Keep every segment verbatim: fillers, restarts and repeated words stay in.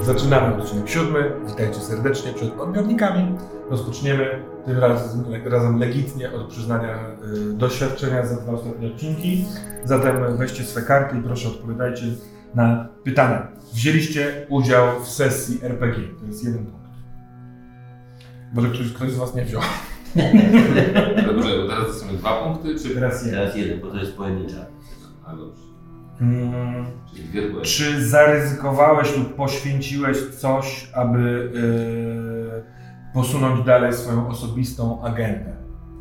Zaczynamy odcinek siódmy. Witajcie serdecznie przed odbiornikami. Rozpoczniemy tym razem, razem legitnie od przyznania y, doświadczenia za dwa ostatnie odcinki. Zatem weźcie swe karty i proszę odpowiadajcie na pytania. Wzięliście udział w sesji er pe gie. To jest jeden punkt. Może ktoś, ktoś z was nie wziął. Dobrze, bo teraz to są dwa punkty, czy Teraz jeden. Teraz jeden, bo to jest pojedyncza. A dobrze. Hmm. Czyli dwie były. Czy zaryzykowałeś lub poświęciłeś coś, aby yy, posunąć dalej swoją osobistą agendę?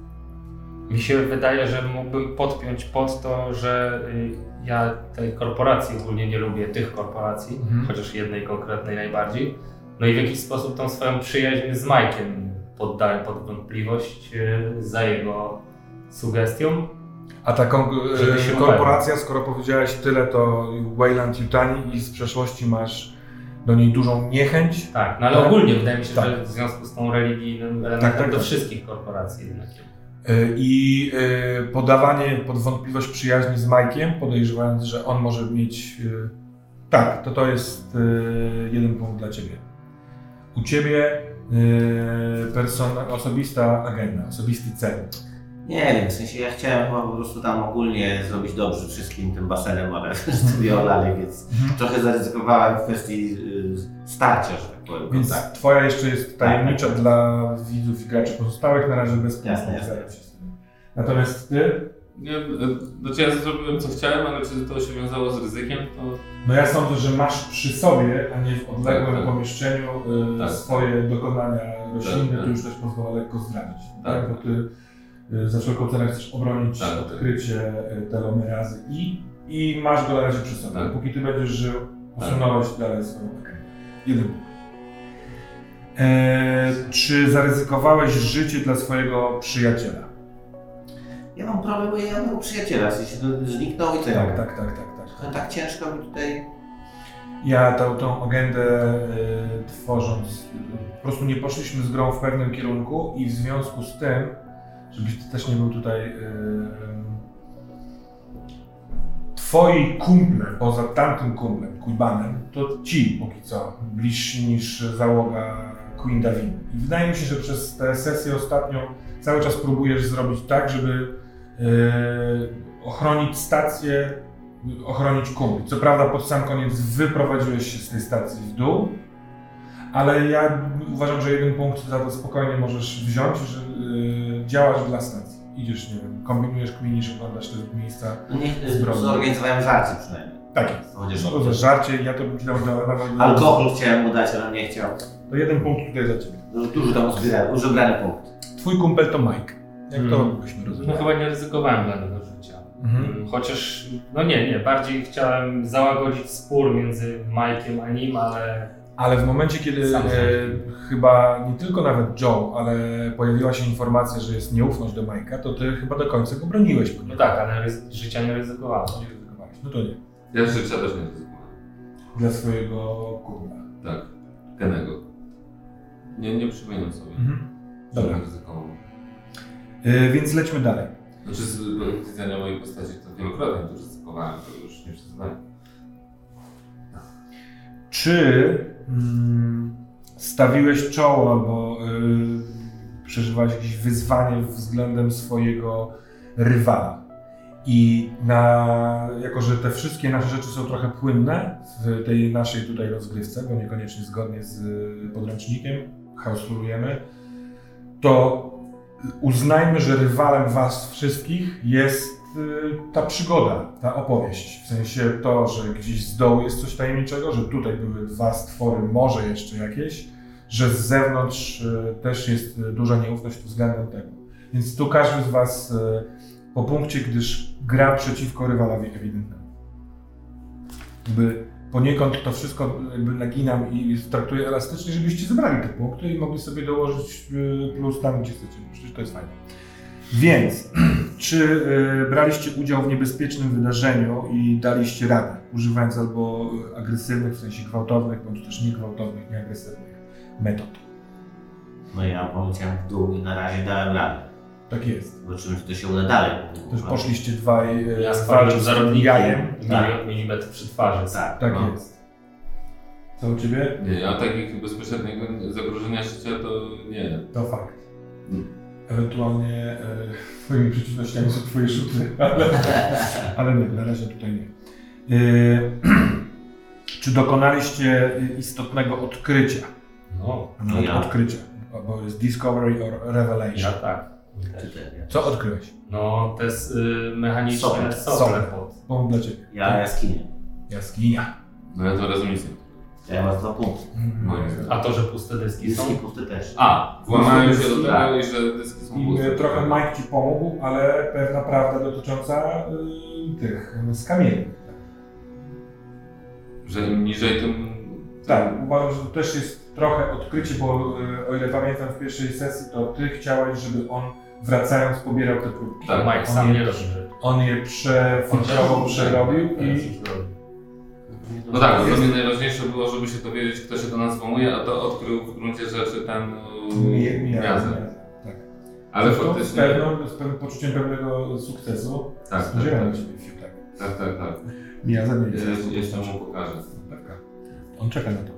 Mi się wydaje, że mógłbym podpiąć pod to, że ja tej korporacji ogólnie nie lubię, tych korporacji, Mhm. chociaż jednej konkretnej najbardziej. No i w jakiś sposób tą swoją przyjaźń z Mike'iem poddałem pod wątpliwość za jego sugestią. A taką Żeby się yy, korporacja, skoro powiedziałeś tyle, to Weyland Yutani i z przeszłości masz do niej dużą niechęć. Tak, no ale Tak. ogólnie wydaje mi się, Tak. że w związku z tą religijnym elementem Tak, tak, do tak. wszystkich korporacji jednak. Yy, I yy, podawanie pod wątpliwość przyjaźni z Mike'iem, podejrzewając, że on może mieć... Yy, tak, to to jest yy, jeden punkt dla Ciebie. U Ciebie yy, persona, osobista agenda, osobisty cel. Nie wiem, w sensie ja chciałem chyba po prostu tam ogólnie zrobić dobrze wszystkim tym basenem, ale sobie olali, więc Mhm. trochę zaryzykowałem w kwestii y, starcia, że tak powiem. Więc Tak. Twoja jeszcze jest tajemnicza dla widzów i graczy pozostałych, na razie bez Jasne, punktu. jasne. Natomiast Ty? Nie, znaczy ja zrobiłem co chciałem, ale czy to się wiązało z ryzykiem, to... No ja sądzę, że masz przy sobie, a nie w odległym Tak, tak. pomieszczeniu y, Tak. swoje dokonania roślinne, Tak, to tak. już też pozwala lekko zdradzić. Tak. Tak. Bo Ty y, za wszelką cenę chcesz obronić Tak, tak. odkrycie y, telomerazy I i masz go na razie przy sobie. Tak. Póki Ty będziesz żył, usunąłeś dalej swoją agendę. Jeden punkt. E, czy zaryzykowałeś życie dla swojego przyjaciela? Ja mam problem, bo ja mam tego przyjaciela, w sensie to zniknął i co ja Tak, mam? tak, tak, tak, tak. Trochę tak ciężko mi tutaj... Ja tą, tą agendę y, tworząc, y, po prostu nie poszliśmy z grą w pewnym kierunku i w związku z tym, żebyś ty też nie był tutaj, y, twoi kumple, poza tamtym kumplem, Kuibanem, to ci póki co bliżsi niż załoga Queen Davin. I wydaje mi się, że przez tę sesję ostatnią cały czas próbujesz zrobić tak, żeby y, ochronić stację, ochronić kumpli. Co prawda pod sam koniec wyprowadziłeś się z tej stacji w dół, ale ja uważam, że jeden punkt za to spokojnie możesz wziąć, że y, działasz dla stacji. Idziesz, nie wiem, kombinujesz, kminisz, oglądasz te miejsca. No niech Zbrodni. zorganizowałem żarcie przynajmniej. Tak jest. Chociaż No to za żarcie, ja to bym ci dał nawet... alkohol chciałem mu dać, ale nie chciał. To jeden punkt tutaj dla Ciebie. No, dużo tam uzbierałem, już ubrany punkt. Twój kumpel to Mike. Jak to Mhm. byśmy No rozumieli? chyba nie ryzykowałem dla niego życia. Mhm. Chociaż, no nie, nie, bardziej chciałem załagodzić spór między Mike'iem a nim, ale Ale w momencie, kiedy Sam e, chyba nie tylko nawet Joe, ale pojawiła się informacja, że jest nieufność do Mike'a, to Ty chyba do końca go broniłeś. no tak, ale ryzy- życia nie ryzykowałem. Nie ryzykowałeś. No to nie. Ja życia też nie ryzykowałem. Dla swojego kumpla. Tak, Kennego. Nie, nie przypominam sobie. Mhm. Dobra. Żebym ryzykował. E, więc lećmy dalej. Znaczy z widzenia mojej postaci to wielokrotnie to ryzykowałem, to już nie przyznaję. Czy mm, stawiłeś czoło albo y, przeżywałeś jakieś wyzwanie względem swojego rywala? I na, jako że te wszystkie nasze rzeczy są trochę płynne w tej naszej tutaj rozgrywce, bo niekoniecznie zgodnie z y, podręcznikiem, house'rulujemy, to uznajmy, że rywalem was wszystkich jest y, ta przygoda, ta opowieść. W sensie to, że gdzieś z dołu jest coś tajemniczego, że tutaj były dwa stwory, może jeszcze jakieś, że z zewnątrz y, też jest y, duża nieufność względem tego. Więc tu każdy z was y, po punkcie, gdyż gra przeciwko rywalowi ewidentnemu. Jakby poniekąd to wszystko jakby naginam i traktuję elastycznie, żebyście zebrali te punkty i mogli sobie dołożyć y, plus tam, gdzie chcecie. Przecież to jest fajne. Więc, czy y, braliście udział w niebezpiecznym wydarzeniu i daliście radę, używając albo agresywnych, w sensie gwałtownych, bądź też niegwałtownych, nieagresywnych metod? No ja poleciałem w dół i na razie dałem radę. Tak jest. Zobaczymy, czy to się uda dalej. Też poszliście dwaj y, Ja walczyć spadłem z zarodnikiem jajem. i milimetr przy twarzy. Tak, Tak No. jest. Co u ciebie? Nie, ja takiego bezpośredniego zagrożenia życia to nie. To fakt. Hmm. Ewentualnie e, twoimi przeciwnościami są twoje szuty, ale, ale nie, na razie tutaj nie. E, czy dokonaliście istotnego odkrycia? No, No, No ja. Odkrycia, bo jest Discovery or ja Revelation. tak. Ty też, ja. Co odkryłeś? No, te s- y, mechaniczne Sople. sople Sople. pod. Punkt dla ciebie. Ja jaskinie. Jaskinia. No ja dwa razy nic nie. Ja mam dwa punkty. Mhm. A to, że puste dyski są? Dyski pusty też. A, włamałem się do tego Tak. i że dyski są I puste. e, trochę Mike ci pomógł, ale pewna prawda dotycząca y, tych y, skamieni. Że im niżej, tym... Tak, uważam, że to też jest trochę odkrycie, bo y, o ile pamiętam w pierwszej sesji, to ty chciałeś, żeby on wracając pobierał te próbki. Tak, Mike on sam je- nie robi rzeczy. On je przefiltrował, przerobił Teraz i już robi. No tak, dla mnie najważniejsze było, żeby się dowiedzieć, kto się do nas włamuje, a to odkrył w gruncie rzeczy ten mi- mi- Miazę. Tak. Ale Zresztą faktycznie... z, pewną, z pewnym poczuciem pewnego sukcesu Tak, spodziewałem tak, się ciebie fiutek. tak, tak, tak. Miaza nie jest. Ja jeszcze mu pokażę. Pewka. On czeka na to.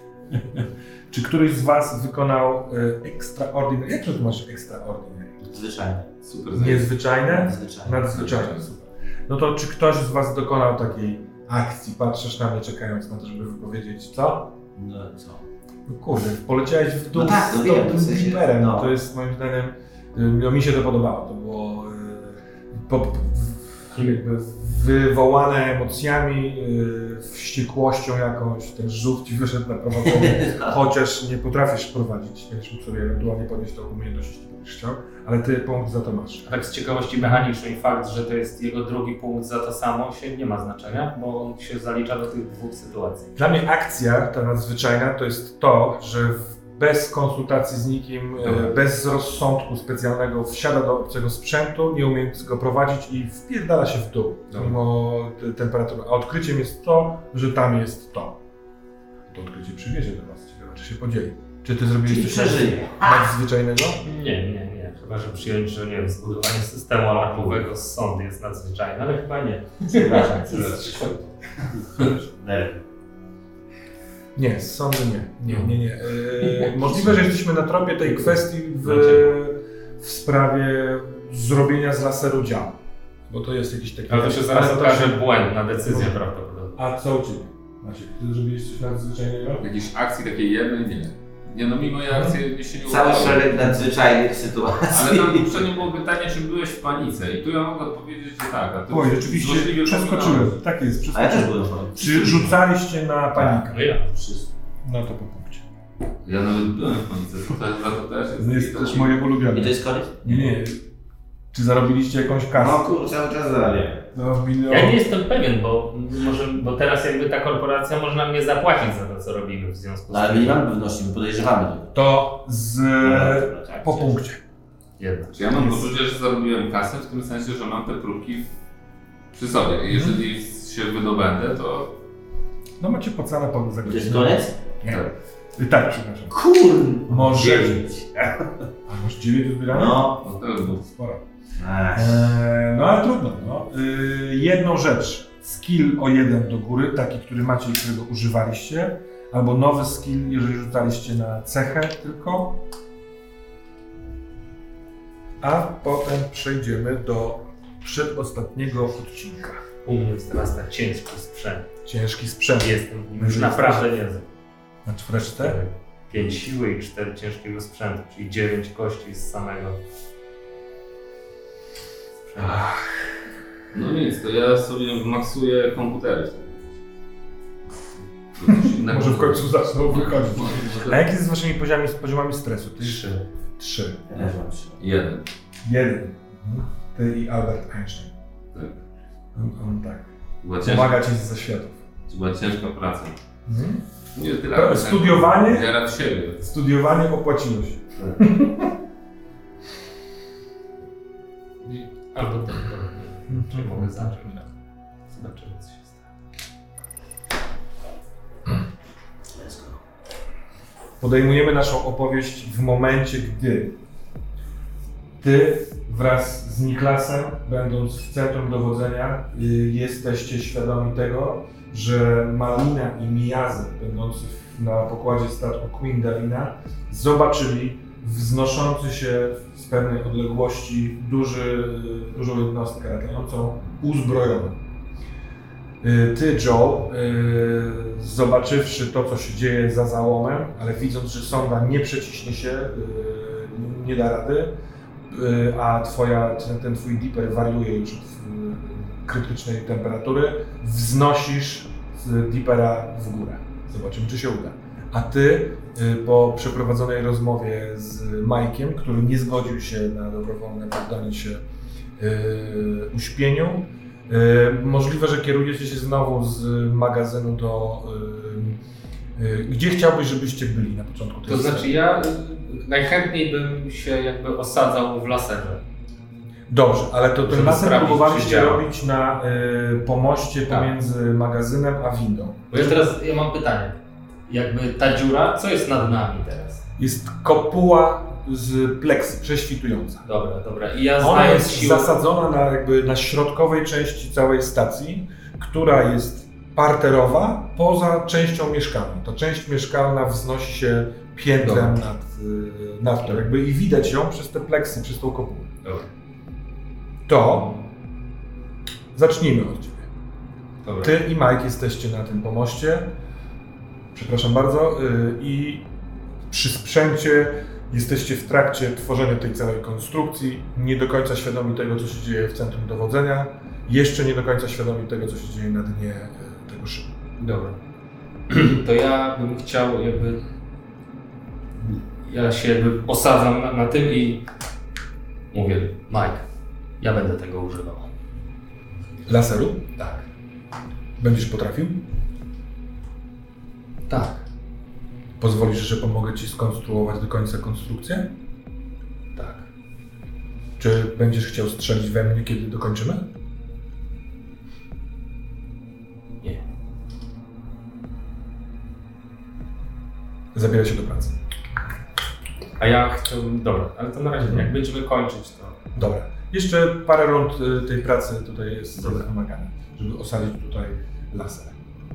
Czy któryś z was wykonał y, extraordinary? Jak to masz extraordinary? Zwyczajnie. Super zajęcie. Niezwyczajne? Zwyczajnie. Nadzwyczajne, super. No to czy ktoś z was dokonał takiej akcji? Patrzysz na mnie czekając na to, żeby wypowiedzieć co? No co? No kurde, poleciałeś w dół No tak, no z wiem, tym w sensie, Beeperem. no. To jest moim zdaniem, y, no mi się to podobało. To było y, po, po, jakby wywołane emocjami, y, wściekłością jakąś, ten żółw ci wyszedł na prowadzenie, chociaż nie potrafisz prowadzić, będziesz mógł sobie ewentualnie podnieść tą umiejętność, jeśli będziesz chciał, ale ty punkt za to masz. A tak z ciekawości mechanicznej fakt, że to jest jego drugi punkt za to samo się nie ma znaczenia, bo on się zalicza do tych dwóch sytuacji. Dla mnie akcja ta nadzwyczajna to jest to, że w- bez konsultacji z nikim, Dobra. e, bez rozsądku specjalnego wsiada do obcego sprzętu, nie umiejąc go prowadzić i wpierdala się w dół, Dobra. mimo te- temperatury. A odkryciem jest to, że tam jest to. To odkrycie przywiezie do was, ciekawe czy się podzieli. Czy ty zrobiłeś Czyli coś przeżyje. nadzwyczajnego? Nie, nie, nie. Chyba, że przyjąć, że nie wiem, zbudowanie systemu alarmowego z sondy jest nadzwyczajne, ale chyba nie. Przepraszam. Przepraszam. Nerwy. Nie, z sądu nie. Nie, nie, nie. E, możliwe, że jesteśmy na tropie tej kwestii w, w sprawie zrobienia z laseru dział. Bo to jest jakiś taki... Ale to się zaraz ale to okaże się- błędna decyzja No. prawdopodobnie. A co u ciebie? Maciek, ty zrobiłeś coś nadzwyczajnego? Jakiejś akcji takiej jednej nie. Nie no, mimo jej akcji mi się nie Cały udało. szereg nadzwyczajnych sytuacji. Ale tam poprzednio było pytanie, czy byłeś w panice i tu ja mogę odpowiedzieć, że tak. A ty Oj, rzeczywiście złośliwie przeskoczyłem. pominąłeś. Tak jest, A ja też przeskoczyłem. byłem w panice. Czy rzucaliście na panikę? No ja. Wszyscy. No to po punkcie. Ja nawet byłem w panice, to też, za to też jest. To jest też moje ulubione. I to jest koniec? Nie, nie. Czy zarobiliście jakąś kasę? No kurczę, cały czas zarabiam. No, milion... Ja nie jestem pewien, bo, może, bo teraz jakby ta korporacja może nam nie zapłacić za to, co robimy w związku No z ale my tym. nie mamy pewności, my podejrzewamy tego. To z... No, tak, po tak. punkcie. Jednak. Czy ja mam poczucie, że zarobiłem kasę w tym sensie, że mam te próbki przy sobie. I jeżeli się wydobędę, to... No macie płacane po za To jest godzinę. koniec? Nie. Tak, przepraszam. Kur... Może- dziewięć. A masz dziewięć zbierane? No. No teraz było. Sporo. Ech. Eee, no ale trudno. No. Yy, jedną rzecz. Skill o jeden do góry, taki, który macie i którego używaliście. Albo nowy skill, jeżeli rzucaliście na cechę tylko. A potem przejdziemy do przedostatniego odcinka. U mnie jest teraz tak ciężki sprzęt. Ciężki sprzęt. Jestem w nim już Jeżeli naprawdę niezły. Na czwóreczce. pięć siły i cztery ciężkiego sprzętu, czyli dziewięć kości z samego sprzętu. No nic, to ja sobie maksuję komputery. Może w końcu zaczną wychodzić. Może- A jak jest z waszymi poziomami, z poziomami stresu? Ty Trzy. Trzy. Ja też mam trzy. Jeden. Jeden. Ty i Albert Einstein. Tak. On, on tak. Była ciężka, Pomaga ci z zaświatów. była ciężka praca. Mhm. Nie tyle. To ale studiowanie? tak, wiara w siebie. Studiowanie opłaciło się. Albo ten, czy mogę zacząć? Zobaczymy, co się stanie. Let's go. Podejmujemy naszą opowieść w momencie, gdy ty wraz z Niklasem, będąc w centrum dowodzenia, y, jesteście świadomi tego, że Malina i Miyazy, będący na pokładzie statku Queen Davina, zobaczyli wznoszący się z pewnej odległości duży, dużą jednostkę latającą, uzbrojoną. Ty, Joe, zobaczywszy to, co się dzieje za załomem, ale widząc, że sonda nie przeciśnie się, nie da rady, a twoja, ten, ten twój Deeper wariuje już od krytycznej temperatury, wznosisz Deepera w górę. Zobaczymy, czy się uda. A ty po przeprowadzonej rozmowie z Mike'iem, który nie zgodził się na dobrowolne poddanie się uśpieniu, możliwe, że kierujecie się znowu z magazynu do... Gdzie chciałbyś, żebyście byli na początku tej To znaczy serii? ja najchętniej bym się jakby osadzał w laserze. Dobrze, ale to ten Żeby laser sprawdzić, próbowaliście czy działa. robić na y, pomoście Tak. pomiędzy magazynem a windą. Bo ja teraz ja mam pytanie. Jakby ta dziura, co jest nad nami teraz? Jest kopuła z pleksy, prześwitująca. Dobra, dobra. I ja Ona znając jest siłę... zasadzona na, jakby na środkowej części całej stacji, która jest parterowa poza częścią mieszkalną. Ta część mieszkalna wznosi się piętrem Dobra. nad, y, nad to, jakby i widać ją przez te pleksy, przez tą kopułę. Dobra. To zacznijmy od Ciebie. Dobra. Ty i Mike jesteście na tym pomoście, przepraszam bardzo, y, i przy sprzęcie jesteście w trakcie tworzenia tej całej konstrukcji, nie do końca świadomi tego, co się dzieje w centrum dowodzenia, jeszcze nie do końca świadomi tego, co się dzieje na dnie y, tego szybu. Dobra. To ja bym chciał jakby... Ja się jakby osadzam na, na tym i mówię, Mike, ja będę tego używał. Laseru? Tak. Będziesz potrafił? Tak. Pozwolisz, że pomogę Ci skonstruować do końca konstrukcję? Tak. Czy będziesz chciał strzelić we mnie, kiedy dokończymy? Nie. Zabieraj się do pracy. A ja chcę... Dobra, ale to na razie jak będziemy kończyć, to... Dobra. Jeszcze parę rund y, tej pracy tutaj jest wymagane, żeby osadzić tutaj laser.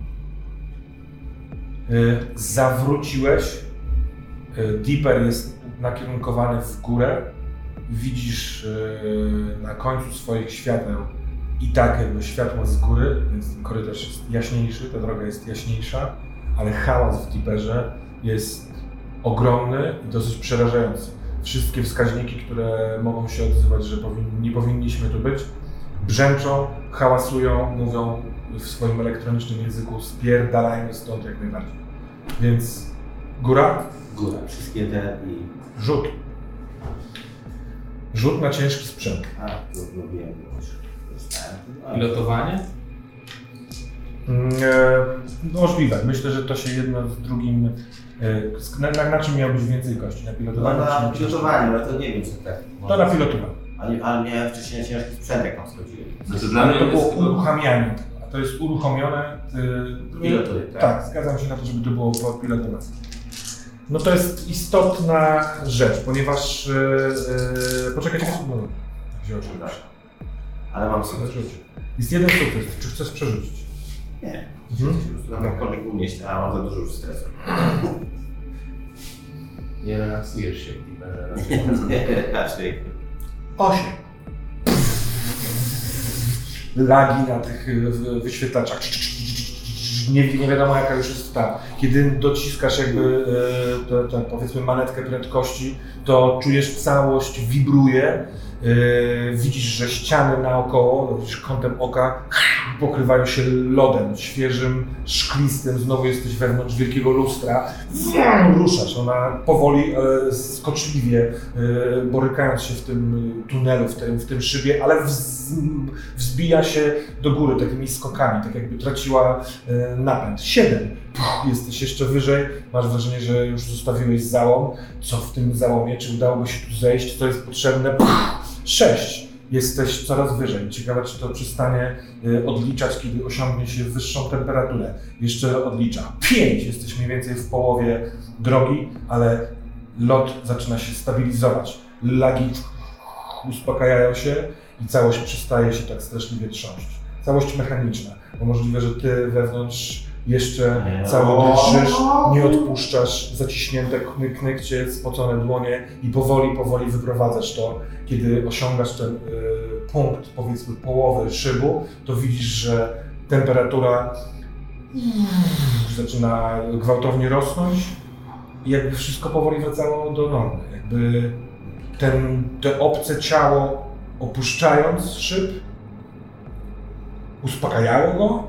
Y, zawróciłeś. Y, Deeper jest nakierunkowany w górę. Widzisz y, na końcu swoich świateł i tak jakby światło z góry, więc ten korytarz jest jaśniejszy, ta droga jest jaśniejsza, ale hałas w Deeperze jest ogromny i dosyć przerażający. Wszystkie wskaźniki, które mogą się odzywać, że powin- nie powinniśmy tu być, brzęczą, hałasują, mówią w swoim elektronicznym języku spierdalajmy stąd jak najbardziej. Więc góra, Góra, wszystkie te i... rzut. Rzut na ciężki sprzęt. A, to zrobiłem już. Dostałem. No, Pilotowanie? Mm, e, możliwe. Myślę, że to się jedno z drugim... E, na, na, na czym miał być więcej kości? Na No pilotowaniu? czy na na pilotowanie, ale to nie wiem co tak. To na pilotowaniu. Ale, ale miałem wcześniej ciężki sprzęt, jak tam schodziłem. Znaczy dla Ale mnie to było jest chyba... uruchamianie. A to jest uruchomione... Yy, Pilotuję, tak? Tak, zgadzam się na to, żeby to było pilotowane. No to jest istotna rzecz, ponieważ... Yy, yy, poczekajcie, no, wziął się Tak. Ale mam sobie. Jest jeden sukces. Czy chcesz przerzucić? Nie. Mhm. Po prostu na cokolwiek unieść, a mam za dużo już stresu. Nie relaksujesz się w Deeperze. Nie, raczej. Osiem. Lagi na tych y, wyświetlaczach. Nie, nie wiadomo jaka już jest ta. Kiedy dociskasz jakby y, tę powiedzmy manetkę prędkości, to czujesz całość wibruje. Yy, widzisz, że ściany naokoło, widzisz kątem oka, pokrywają się lodem, świeżym, szklistym, znowu jesteś wewnątrz wielkiego lustra, ruszasz, ona powoli, ale skoczliwie, yy, borykając się w tym tunelu, w tym, w tym szybie, ale wz, wzbija się do góry takimi skokami, tak jakby traciła yy, napęd. Siedem. Puh, jesteś jeszcze wyżej, masz wrażenie, że już zostawiłeś załom. Co w tym załomie? Czy udałoby się tu zejść? Co jest potrzebne? Puh, sześć. Jesteś coraz wyżej. Ciekawe, czy to przestanie y, odliczać, kiedy osiągnie się wyższą temperaturę. Jeszcze odlicza. Pięć. Jesteś mniej więcej w połowie drogi, ale lot zaczyna się stabilizować. Lagi uspokajają się i całość przestaje się tak straszliwie trząść. całość mechaniczna, bo możliwe, że ty wewnątrz jeszcze cały drżysz, nie odpuszczasz, zaciśnięte kny- knykcie, spocone dłonie i powoli, powoli wyprowadzasz to. Kiedy osiągasz ten y, punkt, powiedzmy połowy szybu, to widzisz, że temperatura zaczyna gwałtownie rosnąć i jakby wszystko powoli wracało do normy. Jakby ten, to obce ciało, opuszczając szyb, uspokajało go,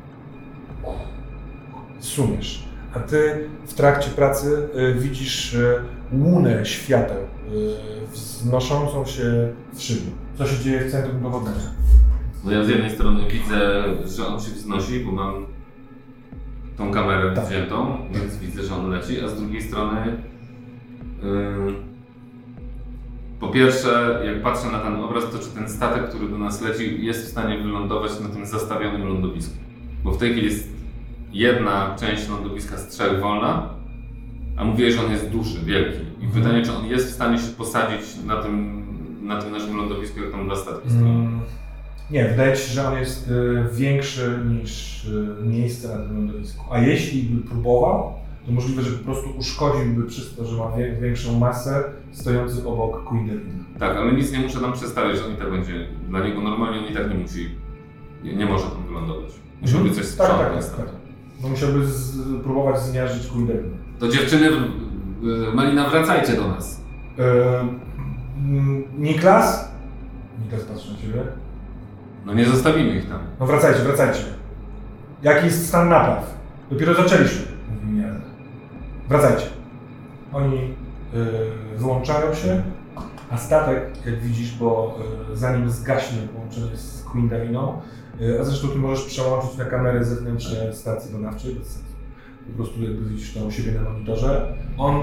suniesz. A ty w trakcie pracy y, widzisz y, łunę świateł y, wznoszącą się w szybie. Co się dzieje w centrum dowodzenia? No ja z jednej strony widzę, że on się wznosi, bo mam tą kamerę Tak. wziętą, więc widzę, że on leci, a z drugiej strony yy, po pierwsze, jak patrzę na ten obraz, to czy ten statek, który do nas leci, jest w stanie wylądować na tym zastawionym lądowisku. Bo w tej chwili jest jedna część lądowiska z trzech wolna, a mówię, że on jest duży, wielki. I Mhm. pytanie, czy on jest w stanie się posadzić na tym, na tym naszym lądowisku, jak tam dwa statki stoją. Mm, nie, wydaje ci się, że on jest y, większy niż y, miejsce na tym lądowisku. A jeśli by próbował, to możliwe, że po prostu uszkodziłby przez to, że ma wie, większą masę stojący obok Queen. Tak, ale nic nie muszę tam przestawiać, że on i tak będzie, dla niego normalnie on i tak nie musi, nie, nie może tam wylądować. Musiałby coś Tak, sprzątać. tak, tak, tak. No musiałby z, próbować zmiażdżyć Queen. To dziewczyny, y, Malina, wracajcie do nas. Yy, mm, Niklas? Niklas patrzy na ciebie. No nie zostawimy ich tam. No wracajcie, wracajcie. Jaki jest stan napraw? Dopiero zaczęliśmy, mówi Miazek. Wracajcie. Oni yy, wyłączają się, a statek, jak widzisz, bo yy, zanim zgaśnie połączenie z Queen Daviną, yy, a zresztą ty możesz przełączyć na kamery zewnętrzne stacji badawczej, bez sensu. Po prostu jakby widzisz to u siebie na monitorze. On,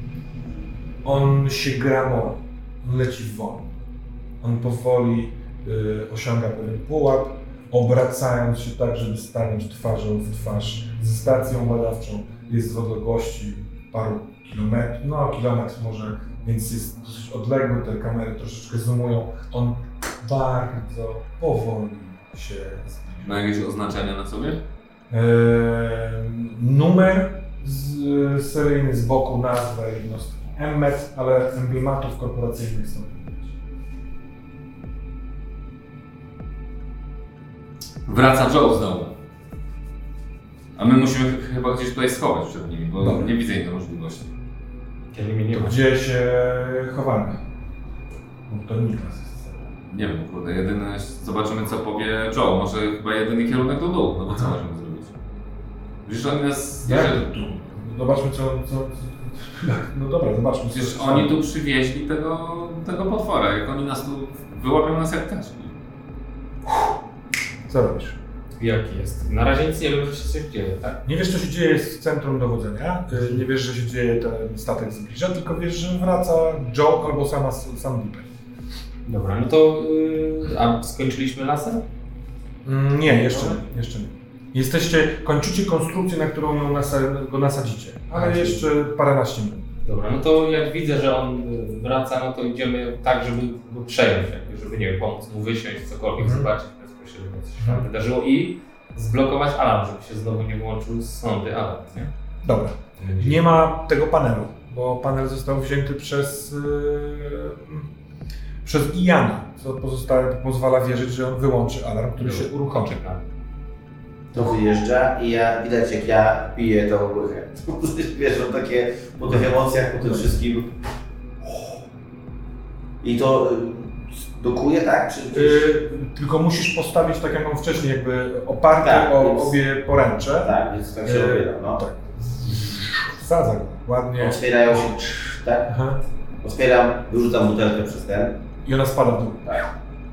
on się gramoli, on leci wolno. On powoli yy, osiąga pewien pułap, obracając się tak, żeby stanąć twarzą w twarz ze stacją badawczą. Jest w odległości paru kilometrów, no kilometr może, więc jest dosyć odległy, te kamery troszeczkę zoomują. On bardzo powoli się zbliża. Ma jakieś oznaczenia na sobie? Eee, numer z, seryjny z boku, nazwa jednostki M M E T, ale emblematów korporacyjnych są widać. Wraca Joe znowu. A my musimy ch- chyba gdzieś tutaj schować przed nimi, bo Dobra. nie widzę innej możliwości. Kiedy mnie nie To ma. gdzie się chowamy? Bo to Niklas jest. Nie wiem, kurde, jedyne, zobaczymy co powie Joe, może chyba jedyny kierunek do dół, no bo co możemy zrobić? Wiesz, oni nas... Jak jeżeli- tu? Zobaczmy co, co, co... No dobra, zobaczmy. Przecież co- oni tu przywieźli tego, tego potwora, jak oni nas tu wyłapią nas jak kaczki. Co robisz? Jaki jest? Na razie nic nie wiem, że się dzieje, tak? Nie wiesz, co się dzieje w centrum dowodzenia, y, nie wiesz, że się dzieje, ten statek zbliża, tylko wiesz, że wraca Joe albo sama, sam Dipper. Dobra, no to... Yy, a skończyliśmy laser? Mm, nie, jeszcze nie, jeszcze nie. Jesteście, kończycie konstrukcję, na którą ją nasa, go nasadzicie, ale A, czyli- jeszcze paręnaście minut. Dobra, no to jak widzę, że on y, wraca, no to idziemy tak, żeby go przejąć, jakby, żeby, nie wiem, pomóc mu wysiąść, cokolwiek, Mhm. zobaczyć bezpośrednio, co się tam wydarzyło i zblokować alarm, żeby się znowu nie włączył z sondy alarm, nie? Dobra. Nie ma tego panelu, bo panel został wzięty przez, yy, przez Iana, co pozostałe pozwala wierzyć, że on wyłączy alarm, który się uruchomi. Czekamy. To wyjeżdża i ja widać jak ja piję tą łychę. Wiesz, on takie po tych emocjach, po tym wszystkim. I to y, dokuje, tak? Czy gdzieś... Yy, tylko musisz postawić, tak jak mam wcześniej, jakby oparte Tak, o więc- obie poręcze. Tak, więc tak się Yy, robi, no. Tak. Wsadza go ładnie. Otwierają się, tak? Aha. Otwieram, wyrzucam butelkę przez ten. I ona spada w dół. Tak.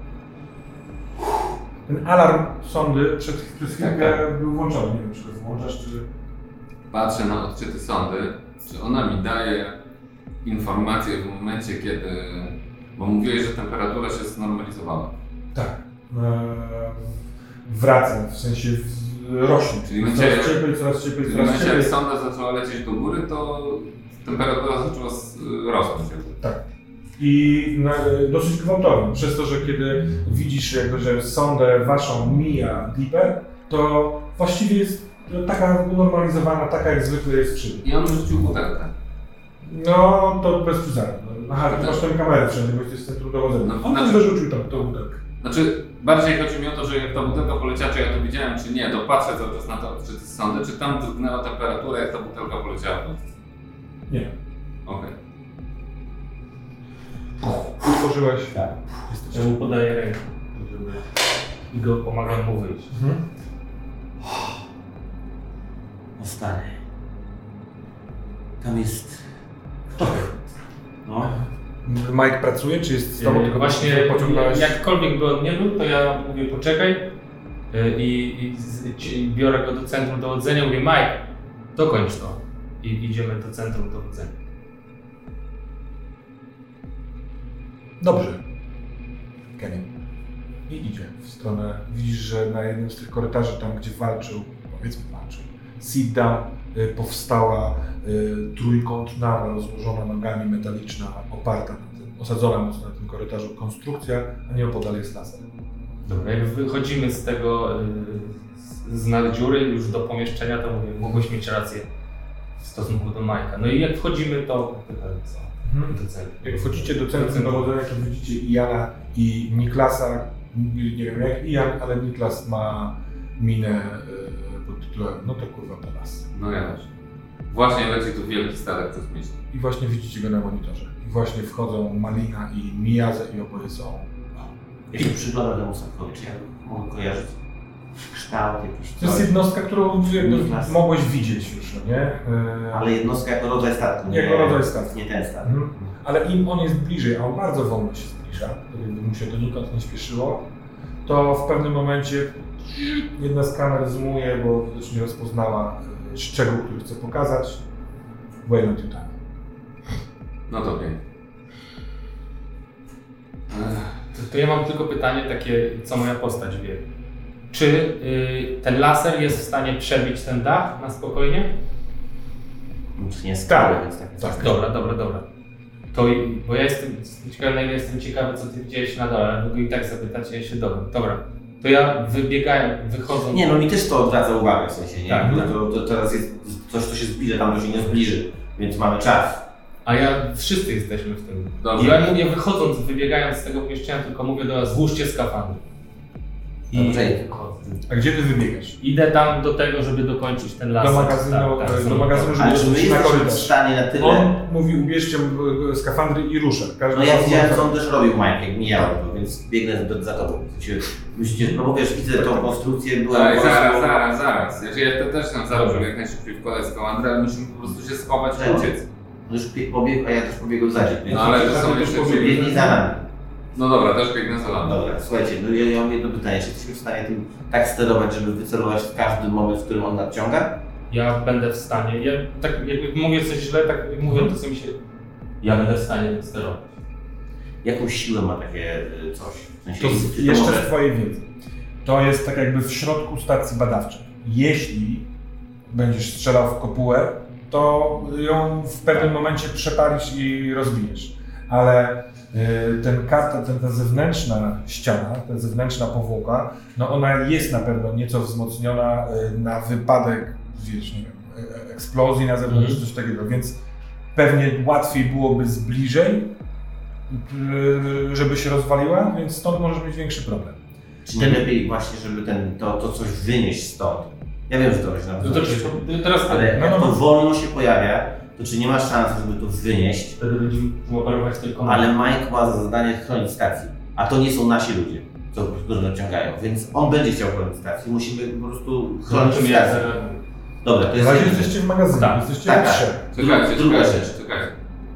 Ten alarm sondy przed, przez chwilę Tak, był włączony. Nie wiem, czy go włączasz, czy... Patrzę na odczyty sondy, czy ona mi daje informację w momencie, kiedy... Bo mówiłeś, że temperatura się znormalizowała. Tak. Eee, wraca, w sensie w, rośnie. Czyli coraz będzie- cieplej, coraz cieplej, W coraz momencie, cieplej. jak sonda zaczęła lecieć do góry, to temperatura zaczęła s- rosnąć. jakby. Tak. I na, dosyć gwałtownie, przez to, że kiedy widzisz, jakby, że sondę waszą mija Deeper, to właściwie jest taka unormalizowana, taka jak zwykle jest w skrzyni. I on rzucił butelkę. No, to bez przesady. No, aha, ty masz tę kamerę wszędzie, bo jesteś centrum dowodzenia. No, On znaczy- też dorzucił tą, tą butelkę. Znaczy, bardziej chodzi mi o to, że jak ta butelka poleciała, czy ja to widziałem, czy nie, to patrzę cały czas na to, czy to jest sondę, czy tam drgnęła temperatura, jak ta butelka poleciała. Nie. Okej. Utworzyłeś. Tak. Jesteś. Ja mu podaję rękę, żeby... i go pomagam mu wyjść. Mhm. O stary. Tam jest... No. Mike pracuje, czy jest z tobą? Yy, tylko Właśnie pociągnąłeś? jakkolwiek by on nie był, to ja mówię poczekaj yy, i, i, z, ci, biorę go do centrum dowodzenia, mówię Mike, dokończ to i idziemy do centrum dowodzenia. Dobrze. Kenny. I idzie w stronę, widzisz, że na jednym z tych korytarzy, tam gdzie walczył, powiedzmy walczył, sit down, y, powstała y, trójkątna, rozłożona nogami metaliczna, oparta na tym, osadzona mocno na tym korytarzu konstrukcja, a nieopodal jest laser. Dobra, jak wychodzimy z tego, yy, z, z nad dziury już do pomieszczenia, to mówię, mogłeś mieć rację w stosunku do Majka. No i jak wchodzimy, to pytam co? Mhm. Do centrum. Jak wchodzicie do centrum dowodzenia, to widzicie Iana i Niklasa. Nie wiem jak Ian, ale Niklas ma minę y, pod tytułem no to kurwa po nas. No ja też. Właśnie leci tu wielki statek kosmiczny. I właśnie widzicie go na monitorze. I właśnie wchodzą Malina i Miyaze i oboje są. Ja się przyglądam temu statkowi, czy ja mogę kojarzyć kształt jakiś To jest coś. jednostka, którą jakby Niklas. mogłeś widzieć już, no nie? Y, Ale jednostka jako rodzaj statku, nie, Jako rodzaj statku. nie ten statek. Mhm. Ale im on jest bliżej, a on bardzo wolno się zbliża, tak jakby mu się to nikąd nie śpieszyło, to w pewnym momencie jedna z kamer zoomuje, bo widocznie rozpoznała y, szczegół, który chce pokazać. Wayland Yutani. No to okej. To, to ja mam tylko pytanie takie, co moja postać wie. Czy y, ten laser jest w stanie przebić ten dach na spokojnie? To nie jest skały, Tak, więc tak. tak. Dobra, dobra, dobra. To, i- bo ja jestem ciekawy, na ile jestem ciekawy, co ty widziałeś na dole, ale mogę i tak zapytać, ja się dowiem. Dobra, to ja wybiegając, wychodząc... Nie, no mi też to odwraca uwagę, w sensie, nie? Tak, No tak. to, to teraz jest coś, co się zbliża, tam to się nie zbliży, więc mamy czas. A ja, wszyscy jesteśmy w tym. Dobrze. I ja mówię, wychodząc, wybiegając z tego pomieszczenia, tylko mówię do was, złóżcie skafandry. I Dobrze. A gdzie ty wybiegasz? idę tam do tego, żeby dokończyć ten laser. Do magazynu, Tak, tak, do magazynu, żeby Ale czy my wrócić na jesteśmy w korytarz. stanie na tyle... On mówi, ubierzcie y, skafandry i ruszę. Każdy No ja ma widziałem, swój- co on też robił, Mike, jak mijałem to, więc biegnę do, za tobą. W sensie, myślicie, no bo wiesz, widzę tą konstrukcję, byłem Ale po zaraz, prostu- zaraz, zaraz. Ja, ja to też tam zaraz, żeby jak najszybciej wkładać skałandrę, ale musimy po prostu się schować i Tak. uciec. On już pie- pobiegł, a ja też pobiegłem za nim. No ale to Ja są też jeszcze... powiem. Biegnij za nami. No dobra, też biegnę za wami. Dobra, słuchajcie, no ja, ja mam jedno pytanie, czy jesteśmy w stanie tym tak sterować, żeby wycelować w każdy moment, w którym on nadciąga? Ja będę w stanie, ja tak jak mówię coś źle, tak jak mówię to co mi się... Ja będę w stanie tym sterować. Jaką siłę ma takie y, coś? W sensie, To czy z, to jeszcze może- z twojej wiedzy. To jest tak jakby w środku stacji badawczej. Jeśli będziesz strzelał w kopułę, to ją w pewnym momencie przepalisz i rozbijesz. Ale y, ten karta, ten, ta zewnętrzna ściana, ta zewnętrzna powłoka, no ona jest na pewno nieco wzmocniona y, na wypadek, wiesz, nie wiem, e- eksplozji na zewnątrz, Mhm. coś takiego, więc pewnie łatwiej byłoby z bliżej, y, żeby się rozwaliła, więc stąd możesz mieć większy problem. Czy nie lepiej właśnie, żeby ten, to, to coś wynieść stąd? Ja wiem, że to się nam No to, to, teraz ale No, jak no, to no. wolno się pojawia, to czy nie ma szans, żeby to wynieść? wtedy będziemy operować tylko Ale Mike ma za zadanie chronić stację, a to nie są nasi ludzie, co, którzy nadciągają, więc on będzie chciał chronić stację, musimy po prostu chronić Zobaczymy jak stację. zareaguje. Dobra, to W jest razie jedna jesteście w magazynie, Tak, jesteście tak, w tak. trzech. Czekajcie, Druga czekajcie, rzecz. czekajcie.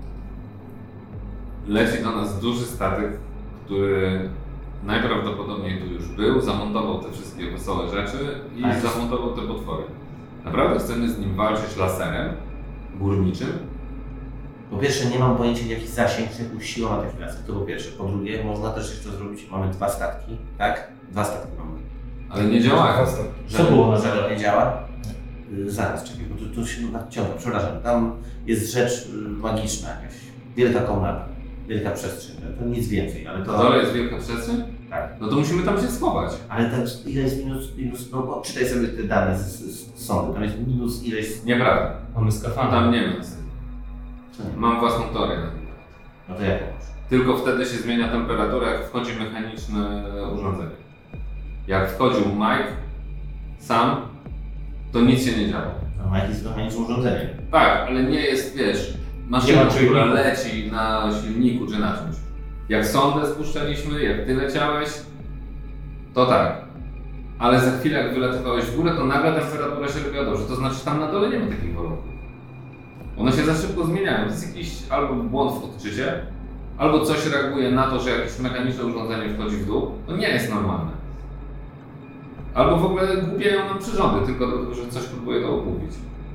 Leci do nas duży statek, który najprawdopodobniej tu już był, zamontował te wszystkie wesołe rzeczy i Tak. zamontował te potwory. Naprawdę chcemy z nim walczyć laserem górniczym? Po pierwsze, nie mam pojęcia, jaki zasięg, czy jaką siłę ma taki laser, to po pierwsze. Po drugie, można też jeszcze zrobić, mamy dwa statki, tak? Dwa statki mamy. Ale nie działają. Co było na Żaden dole? nie działa? Y, Zaraz, czekaj, bo tu, tu się nadciąga, przepraszam. Tam jest rzecz y, magiczna jakaś, wielka komnata. Wielka przestrzeń, to nic więcej, ale to... Na dole jest wielka przestrzeń? Tak. No to musimy tam się schować. Ale tam ile jest minus, minus no bo czytaj sobie te dane z, z, z sądu, tam jest minus ileś... Nieprawda. Mamy skafander. Tam nie wiem. Co nie? Mam własną teorię. No to jak masz? Tylko wtedy się zmienia temperatura, jak wchodzi mechaniczne urządzenie. Jak wchodził Mike sam, to nic się nie działo. No Mike jest mechanicznym urządzeniem. Tak, ale nie jest, wiesz, Nie maszyna, ma która czujników. leci na silniku czy na czymś. Jak sondę spuszczaliśmy, jak ty leciałeś, to tak. Ale za chwilę jak wylatywałeś w górę, to nagle temperatura się robiła dobrze. To znaczy tam na dole nie ma takich warunków. One się za szybko zmieniają. To jest jakiś albo błąd w odczycie, albo coś reaguje na to, że jakieś mechaniczne urządzenie wchodzi w dół. To nie jest normalne. Albo w ogóle głupieją nam przyrządy, tylko dlatego, że coś próbuje to ogłupić.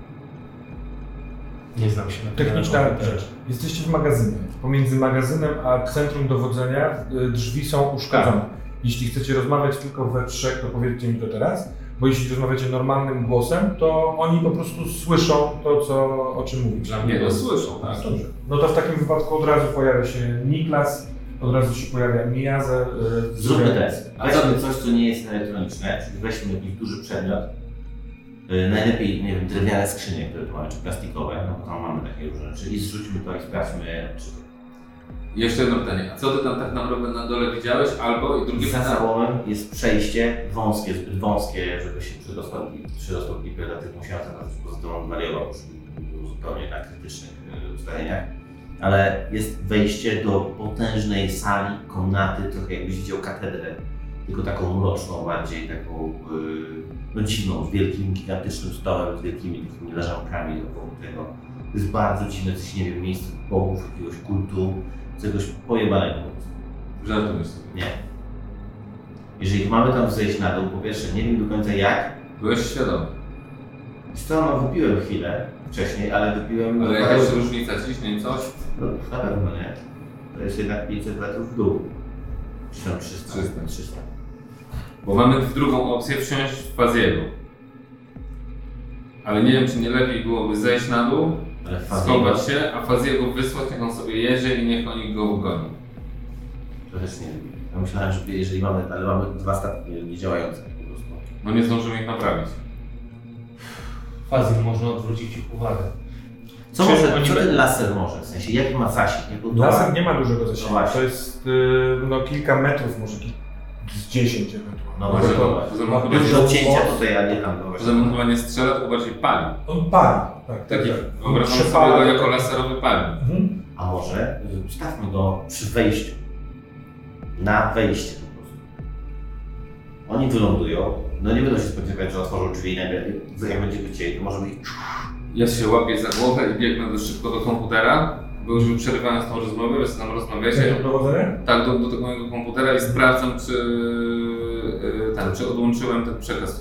Nie znam się na tym. Techniczna rzecz. Jesteście w magazynie. Pomiędzy magazynem a centrum dowodzenia y, drzwi są uszkodzone. Jeśli chcecie rozmawiać tylko we trzech, to powiedzcie mi to teraz, bo jeśli rozmawiacie normalnym głosem, to oni po prostu słyszą to, co, o czym mówisz. Dla Nie, mnie no słyszą, tak? Dobrze. No to w takim wypadku od razu pojawia się Niklas, od razu się pojawia Miyaze. y, Zróbmy z- test. Weźmy coś, co nie jest elektroniczne, czyli weźmy jakiś duży przedmiot. Yy, najlepiej, nie wiem, drewniane skrzynie, które tu mamy, czy plastikowe, no bo tam mamy takie różne rzeczy i zrzućmy to i sprawdźmy, czy Jeszcze jedno pytanie. A co ty tam tak naprawdę na dole widziałeś? Albo i drugie za pytanie. załomem jest przejście wąskie, zbyt wąskie, żeby się przedostał, przedostał Piper, dlatego musiałem tam robić, poza tym on wariował, już był zupełnie na krytycznych yy, ustaleniach. Ale jest wejście do potężnej sali, komnaty, trochę jakbyś widział katedrę, tylko taką mroczną bardziej, taką yy, no dziwną, z wielkim, gigantycznym stołem, z wielkimi takimi leżankami wokół tego. To jest bardzo dziwne, coś, nie wiem, miejsce bogów, jakiegoś kultu, czegoś pojebanego po prostu. Żartujesz sobie. Nie. Jeżeli mamy tam zejść na dół, po pierwsze nie wiem do końca jak. Byłeś świadomy. Co, no wypiłem chwilę wcześniej, ale wypiłem... Ale jakaś różnica ciśnień, coś? No na pewno nie. To jest jednak pięćset metrów w dół. Czy tam trzysta? trzysta. trzysta. Bo mamy w drugą opcję wsiąść w Faziego. Ale nie wiem, czy nie lepiej byłoby zejść na dół, Ale w fazie schować się, a Faziego wysłać, niech on sobie jedzie i niech oni go gonią. to też nie wiem. Ja myślałem, że jeżeli mamy, ale mamy dwa statki niedziałające po prostu. No nie zdążymy ich naprawić. Fazil można odwrócić ich uwagę. Co, Czy może, oni co be- ten laser może? W sensie, jaki ma zasięg? Nie podoba- Laser nie ma dużego No zasięgu. właśnie. To jest y, no, kilka metrów, może ki- z dziesięć ewentualnie. No Może może to, to- Poza tym ma on chyba Dużo dużo cięcia moc. tutaj, a nie tam. No Poza tym on chyba nie strzela, tylko bardziej pali. On pali. Tak, Taki, tak. wyobrażam sobie Przepala. go jako laserowy pali. Mhm. A może y, stawmy go przy wejściu. Na wejście po prostu. Oni wylądują. No nie będą się spodziewać, że otworzą drzwi i nagle, jak będziemy chcieli, to możemy ich... Ja się łapię za głowę i biegnę do szybko do komputera, bo już mi przerywając tą rozmowę, więc tam rozmawiacie. Centrum dowodzenia? Tak, do, do tego mojego komputera i sprawdzam, czy, yy, ten, czy odłączyłem ten przekaz.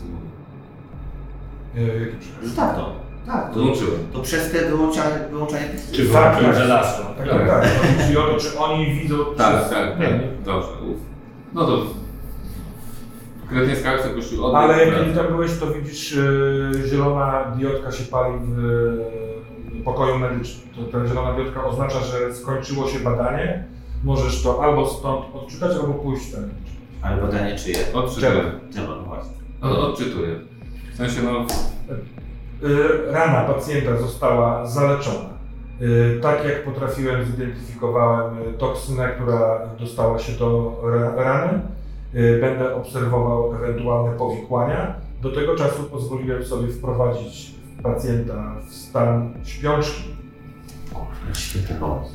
Y, jaki przekaz? Że tak to. Tak, to, Odłączyłem. to przez te wyłączanie, wyłączanie tych... Czy Tak, wyłączył tak. żelazko? Tak, tak, tak. Chodzi o to, czy oni widzą Tak, przez... tak, Nie, tak. nie. Dobrze, uf. No to kretyńska akcja kościół odbiór. Ale jak tam byłeś, to widzisz, y, zielona diodka się pali w y, pokoju medycznym. To, ta zielona diodka oznacza, że skończyło się badanie. Możesz to albo stąd odczytać, albo pójść ten. Ale badanie czyje? Odczytuję. Czego? No właśnie. Od, odczytuję. W sensie, no, Y, Rana pacjenta została zaleczona. Y, Tak jak potrafiłem, zidentyfikowałem y, toksynę, która dostała się do ra- rany. Y, Będę obserwował ewentualne powikłania. Do tego czasu pozwoliłem sobie wprowadzić pacjenta w stan śpiączki. Świetny pomysł.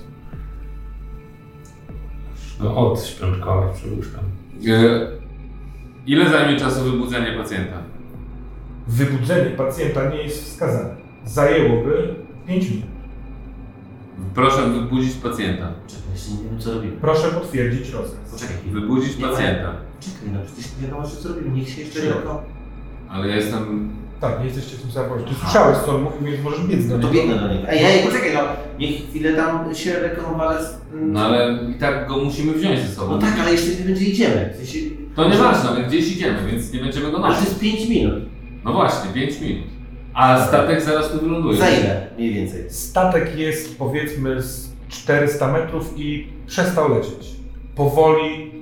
No od śpiączkowej przypuszczam. yy, ile zajmie czasu wybudzenie pacjenta? Wybudzenie pacjenta nie jest wskazane. Zajęłoby pięć minut. Proszę wybudzić pacjenta. Czekaj, jeszcze nie wiem co robimy. Proszę potwierdzić rozkaz. Poczekaj. Wybudzić Nie ma- pacjenta. Czekaj, no przecież nie wiadomo, że co robimy. Niech się jeszcze tylko... Ale ja jestem... Tak, nie jesteście w tym samym poziomie. Ty słyszałeś, co on mówił, więc możesz biec do No to niego. biegnę do niego. Ej, ej, poczekaj, no. Niech chwilę tam się rekonwale... z- No ale i tak go musimy wziąć ze sobą. No tak, ale jeszcze nie będzie idziemy. W sensie... To nieważne, my gdzieś idziemy, więc nie będziemy go Ale to nosić. jest pięć minut. No właśnie, pięć minut. A statek zaraz tu wyląduje. Za ile? Mniej więcej. Statek jest powiedzmy z czterysta metrów i przestał lecieć. Powoli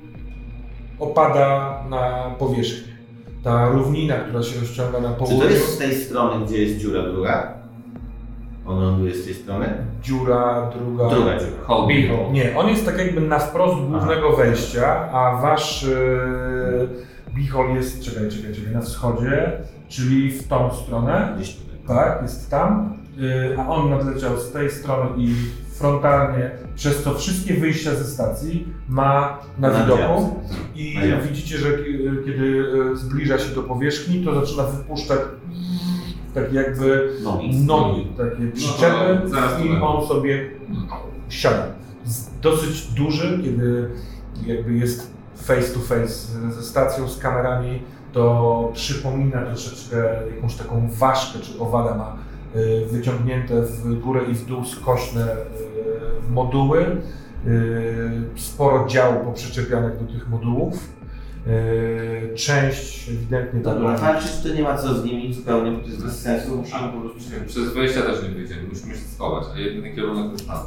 opada na powierzchnię. Ta równina, która się rozciąga na Czy południu... to jest z tej strony, gdzie jest dziura druga? On ląduje z tej strony? Dziura, druga... Druga dziura. Hole. Beehole. Nie, on jest tak jakby na wprost głównego wejścia, a wasz yy, Beehole jest, czekaj, czekaj, czekaj, na wschodzie, czyli w tą stronę, Gdzieś tutaj. tak, jest tam, yy, a on nadleciał z tej strony i frontalnie, przez co wszystkie wyjścia ze stacji ma na Na widoku działce. i Na działce. widzicie, że ki- kiedy yy, zbliża się do powierzchni, to zaczyna wypuszczać tak jakby Nogi. nogi, takie przyczepy to zaraz i powiem. on sobie siada. Z- Dosyć duży, kiedy jakby jest face to face ze stacją, z kamerami, to przypomina troszeczkę jakąś taką ważkę czy owada, ma y, wyciągnięte w górę i w dół skośne y, moduły, y, sporo działu poprzyczepianych do tych modułów. Y, Część ewidentnie Dobra, taka. walczyć to nie ma co z nimi zupełnie, bo to jest bez sensu. Musimy po prostu... Przez wejścia też nie wyjdziemy, musimy się schować, a jedyny kierunek to jest tam.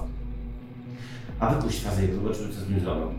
A wypuść fazy i zobaczymy, co z nim zrobią.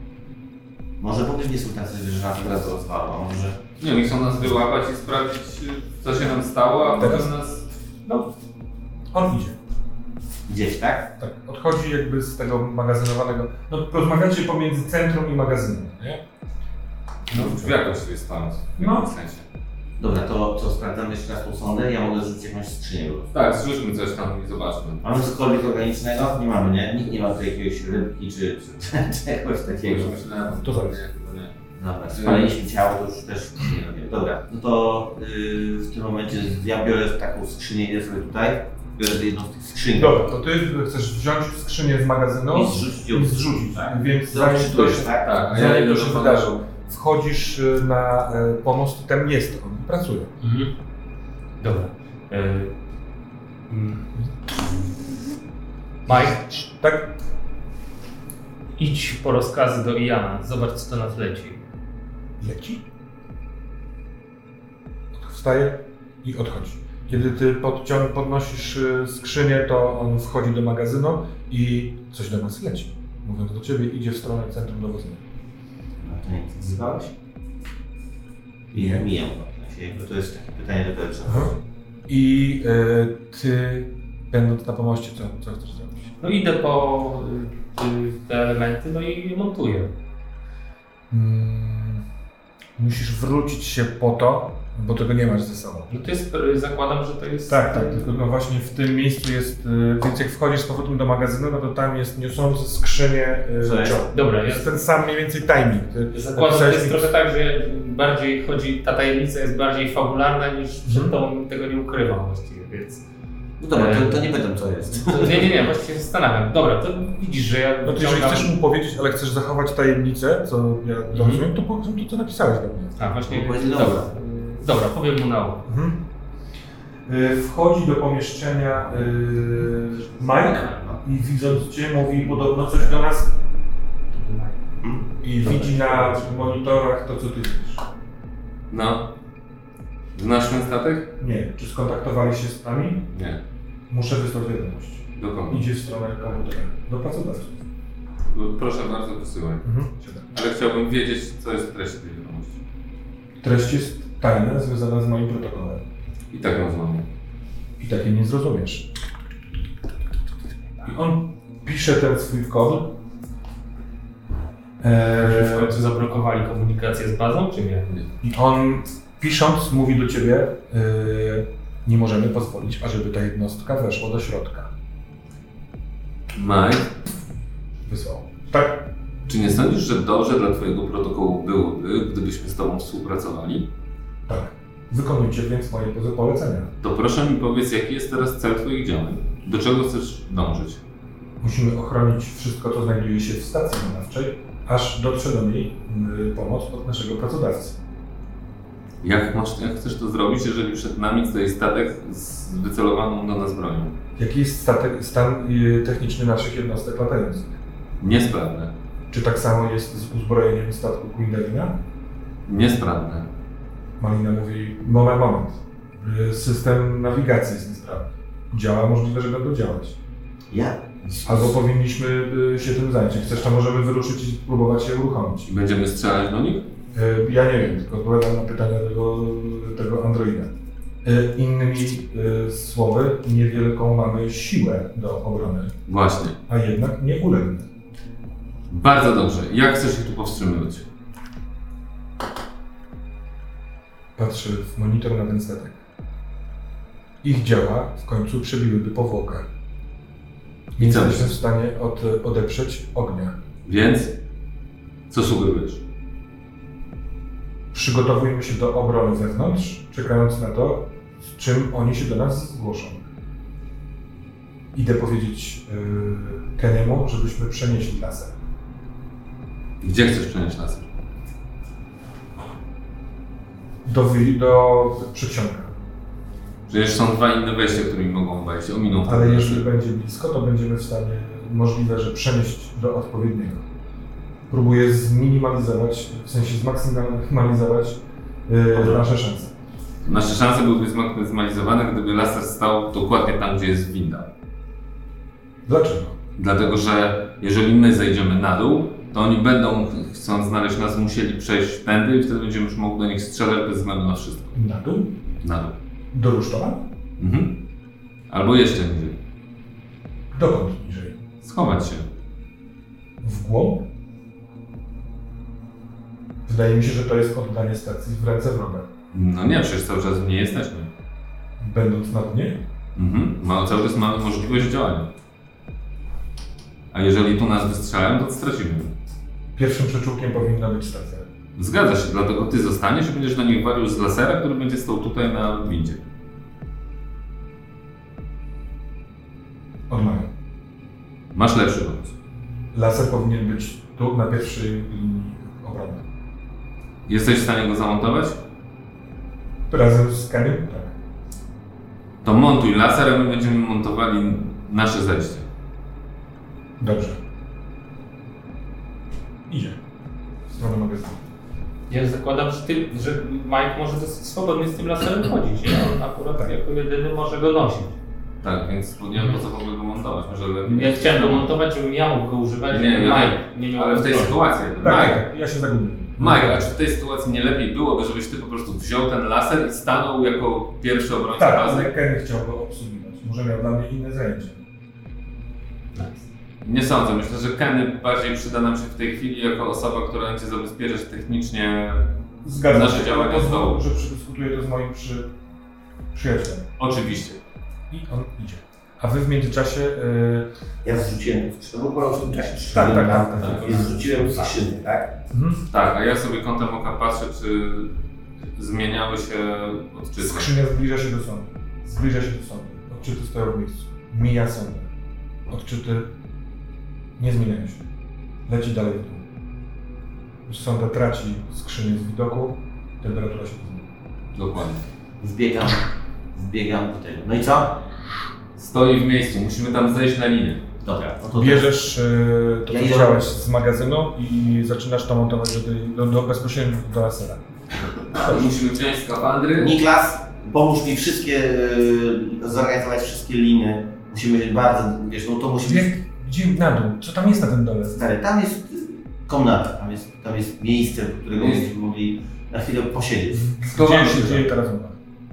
Może w ogóle nie są tacy, że nas teraz rozwalą, a może... Nie, oni chcą nas wyłapać i sprawdzić, co się nam stało, a Teraz? potem nas... No, on idzie. Gdzieś, tak? Tak, odchodzi jakby z tego magazynowanego. No, rozmawiacie pomiędzy centrum i magazynem, nie? No, w drzwiach właściwie stąd, w No. jakimś sensie. Dobra, to co, sprawdzamy jeszcze raz tą sondę? Ja mogę rzucić jakąś skrzynię. Tak, zrzućmy coś tam i zobaczmy. Mamy cokolwiek organicznego? Nie mamy, nie? Nikt nie ma tutaj jakiegoś rybki czy, czy, czy czegoś takiego. Już myślałem, To zaraz. Nie, chyba nie. Dobra, spaliliśmy ciało, to już też nie robię. Dobra, no to yy, w tym momencie ja biorę taką skrzynię, idę sobie tutaj, biorę jedną z tych skrzyni Dobra, to ty chcesz wziąć skrzynię z magazynu i zrzucić ją. i zrzucić, Tak. więc zanim to Zrzucić, się, tak? Tak, a ja zanim idę to się do wydarzy, wydarzy. wchodzisz y, na y, pomost i tam jest on, pracuje. Mhm. Dobra. E, mm. Mike, Tak? idź po rozkazy do Iana, zobacz co do nas leci. Leci. Wstaje i odchodzi. Kiedy ty podciąg, podnosisz y, skrzynię, to on wchodzi do magazynu i coś do nas leci. Mówiąc do ciebie, idzie w stronę centrum dowozowego. No to nie, ty zbałeś? I Nie. mijam. Bo to jest takie pytanie do Belcza. I y, ty, będąc na pomoście, co, co chcesz zrobić? No idę po y, y, te elementy, no i je montuję. Mm, musisz wrócić się po to, bo tego nie masz ze sobą. No to jest, y, zakładam, że to jest... Tak, tak, tylko no właśnie w tym miejscu jest, y, więc jak wchodzisz z powrotem do magazynu, no to tam jest niosący skrzynię y, Co jest? czoł. Dobra, To ja jest ten sam mniej więcej timing. Ty zakładam, że to napisałeś jest mi- trochę tak, że bardziej chodzi, ta tajemnica jest bardziej fabularna niż przed Mhm. tobą tego nie ukrywam właściwie, więc... No dobra, to, to nie pytam co jest. To, nie, nie, nie, właściwie się zastanawiam. Dobra, to widzisz, że ja No to jeżeli wyciągam- chcesz mu powiedzieć, ale chcesz zachować tajemnicę, co ja rozumiem, to powiedz mi to, co napisałeś do mnie. A właśnie, No, powiedz, dobra, dobra. y, dobra, powiem mu na ucho. Mhm. Y, Wchodzi do pomieszczenia y, Mike i widząc cię mówi podobno coś do nas i widzi na monitorach to, co ty widzisz. No. Znasz ten statek? Nie. Czy skontaktowali się z nami? Nie. Muszę wysłać wiadomość. Do kogo? Idzie w stronę komputera. Do pracodawców. Proszę bardzo, wysyłaj. Mhm. Siadam. Ale chciałbym wiedzieć, co jest w treści tej wiadomości. Treść jest tajna, związana z moim protokołem. I tak rozmawiam. I takiej nie zrozumiesz. I on pisze ten swój kod. Czy w Eee, końcu zablokowali komunikację z bazą, czy nie? I on pisząc mówi do ciebie, yy, nie możemy pozwolić, ażeby ta jednostka weszła do środka. Mike, Wysłał. Tak? czy nie sądzisz, że dobrze dla twojego protokołu byłoby, gdybyśmy z tobą współpracowali? Tak. Wykonujcie więc moje poze- polecenia. To proszę mi powiedz, jaki jest teraz cel twoich działań? Do czego chcesz dążyć? Musimy ochronić wszystko, co znajduje się w stacji badawczej, aż dotrze do niej yy, pomoc od naszego pracodawcy. Jak, masz, jak chcesz to zrobić, jeżeli przed nami stoi statek z wycelowaną do nas bronią? Jaki jest statek, stan yy, techniczny naszych jednostek latających? Niesprawne. Czy tak samo jest z uzbrojeniem statku Quindelina? Niesprawne. Malina mówi, moment, moment. Yy, System nawigacji jest niesprawny. Działa, możliwe, że będą działać. Ja Albo powinniśmy y, się tym zająć. Jak chcesz, to możemy wyruszyć i próbować się uruchomić. I będziemy strzelać do nich? Y, ja nie wiem, tylko odpowiadam na pytania tego, tego androida. Y, innymi y, słowy, niewielką mamy siłę do obrony, Właśnie. a jednak nie ulegnę. Bardzo dobrze. Jak chcesz ich tu powstrzymywać? Patrzę w monitor na ten statek. Ich działa w końcu przebiłyby powłokę. I Nie co jesteśmy w myślisz? stanie od, odeprzeć ognia. Więc? Co sugerujesz? Przygotowujmy się do obrony zewnątrz, czekając na to, z czym oni się do nas zgłoszą. Idę powiedzieć yy, Keniemu, żebyśmy przenieśli laser. Gdzie chcesz przenieść laser? Do, wy- do przedsionka. Przecież są dwa inne wejścia, którymi mogą wejść. Ominą Ale wtedy jeżeli nasze. będzie blisko, to będziemy w stanie możliwe, że przenieść do odpowiedniego. Próbuję zminimalizować, w sensie zmaksymalizować yy, nasze szanse. Nasze szanse byłyby zmaksymalizowane, gdyby laser stał dokładnie tam, gdzie jest winda. Dlaczego? Dlatego, że jeżeli my zejdziemy na dół, to oni będą, chcąc znaleźć nas, musieli przejść tędy i wtedy będziemy już mogli do nich strzelać bez względu na wszystko. Na dół? Na dół. Do rusztowa? Mhm. Albo jeszcze niżej. Dokąd niżej? Schować się. W głąb? Wydaje mi się, że to jest oddanie stacji w ręce wroga. No nie, przecież cały czas w niej jesteśmy. Będąc na dnie? Mhm. Ma, cały czas mamy możliwość działania. A jeżeli tu nas wystrzelają, to stracimy. Pierwszym przyczółkiem powinna być stacja. Zgadza się, dlatego ty zostaniesz i będziesz do nich walił z lasera, który będzie stał tutaj na windzie. Odmawiam. Masz lepszy pomysł. Laser powinien być tu, na pierwszej linii obrony. Jesteś w stanie go zamontować? Razem z Keniem? Tak. To montuj laser, a my będziemy montowali nasze zejście. Dobrze. Idzie. W stronę magazynu. Ja zakładam, że, ty, że Mike może dosyć swobodnie z tym laserem chodzić, nie? On akurat Tak. jako jedyny może go nosić. Tak, więc nie wiem po co w ogóle go montować. Może lepiej. Ja chciałem go montować, żebym ja mógł go używać, Nie, żeby ja Mike nie miał Ale w tej kontroli. sytuacji, Tak, Mike, tak, ja się zagubiłem. Mike, a czy w tej sytuacji nie lepiej byłoby, żebyś ty po prostu wziął ten laser i stanął jako pierwszy obrońca Tak, bazy? ale Ken chciał go obsługiwać. Może miał dla mnie inne zajęcie. Nie sądzę. Myślę, że Kenny bardziej przyda nam się w tej chwili jako osoba, która będzie zabezpieczać technicznie Zgadzam nasze się. działania z dołu. Pozwól, że przedyskutuję to z moim przy... przyjacielem. Oczywiście. I on idzie. A wy w międzyczasie... Yy... Ja zrzuciłem to skrzydło, bo w tym czasie Tak, strzeliłem tak, na- tak, tak. I zrzuciłem skrzyny, tak? Mhm. Tak, a ja sobie kątem oka patrzę, czy zmieniały się odczyty. Skrzynia zbliża się do sądu. Zbliża się do sądu. Odczyty stoją w miejscu. Mija sąd. Odczyty nie zmieniają się. Leci dalej w dół. Sonda traci skrzynię z widoku, temperatura się zmienia. Dokładnie. Wbiegam, wbiegam do tego. No i co? Stoi w miejscu, musimy tam zejść na linię. Dobra, no to Bierzesz yy, to, Ja co idę- wziąłeś z magazynu i zaczynasz to montować do, tej, do, do bezpośrednio do lasera. Musimy wziąć skafandry. Niklas, pomóż mi wszystkie, yy, zorganizować wszystkie liny. Musimy być bardzo, wiesz, no to musi być... Gdzie, gdzie na dół? Co tam jest na tym dole? Stary, tam jest y, komnata, tam jest, tam jest miejsce, w którego Jest. będziemy mogli na chwilę posiedzieć. Schowamy Gdzie się się dzieje ta rozmowa?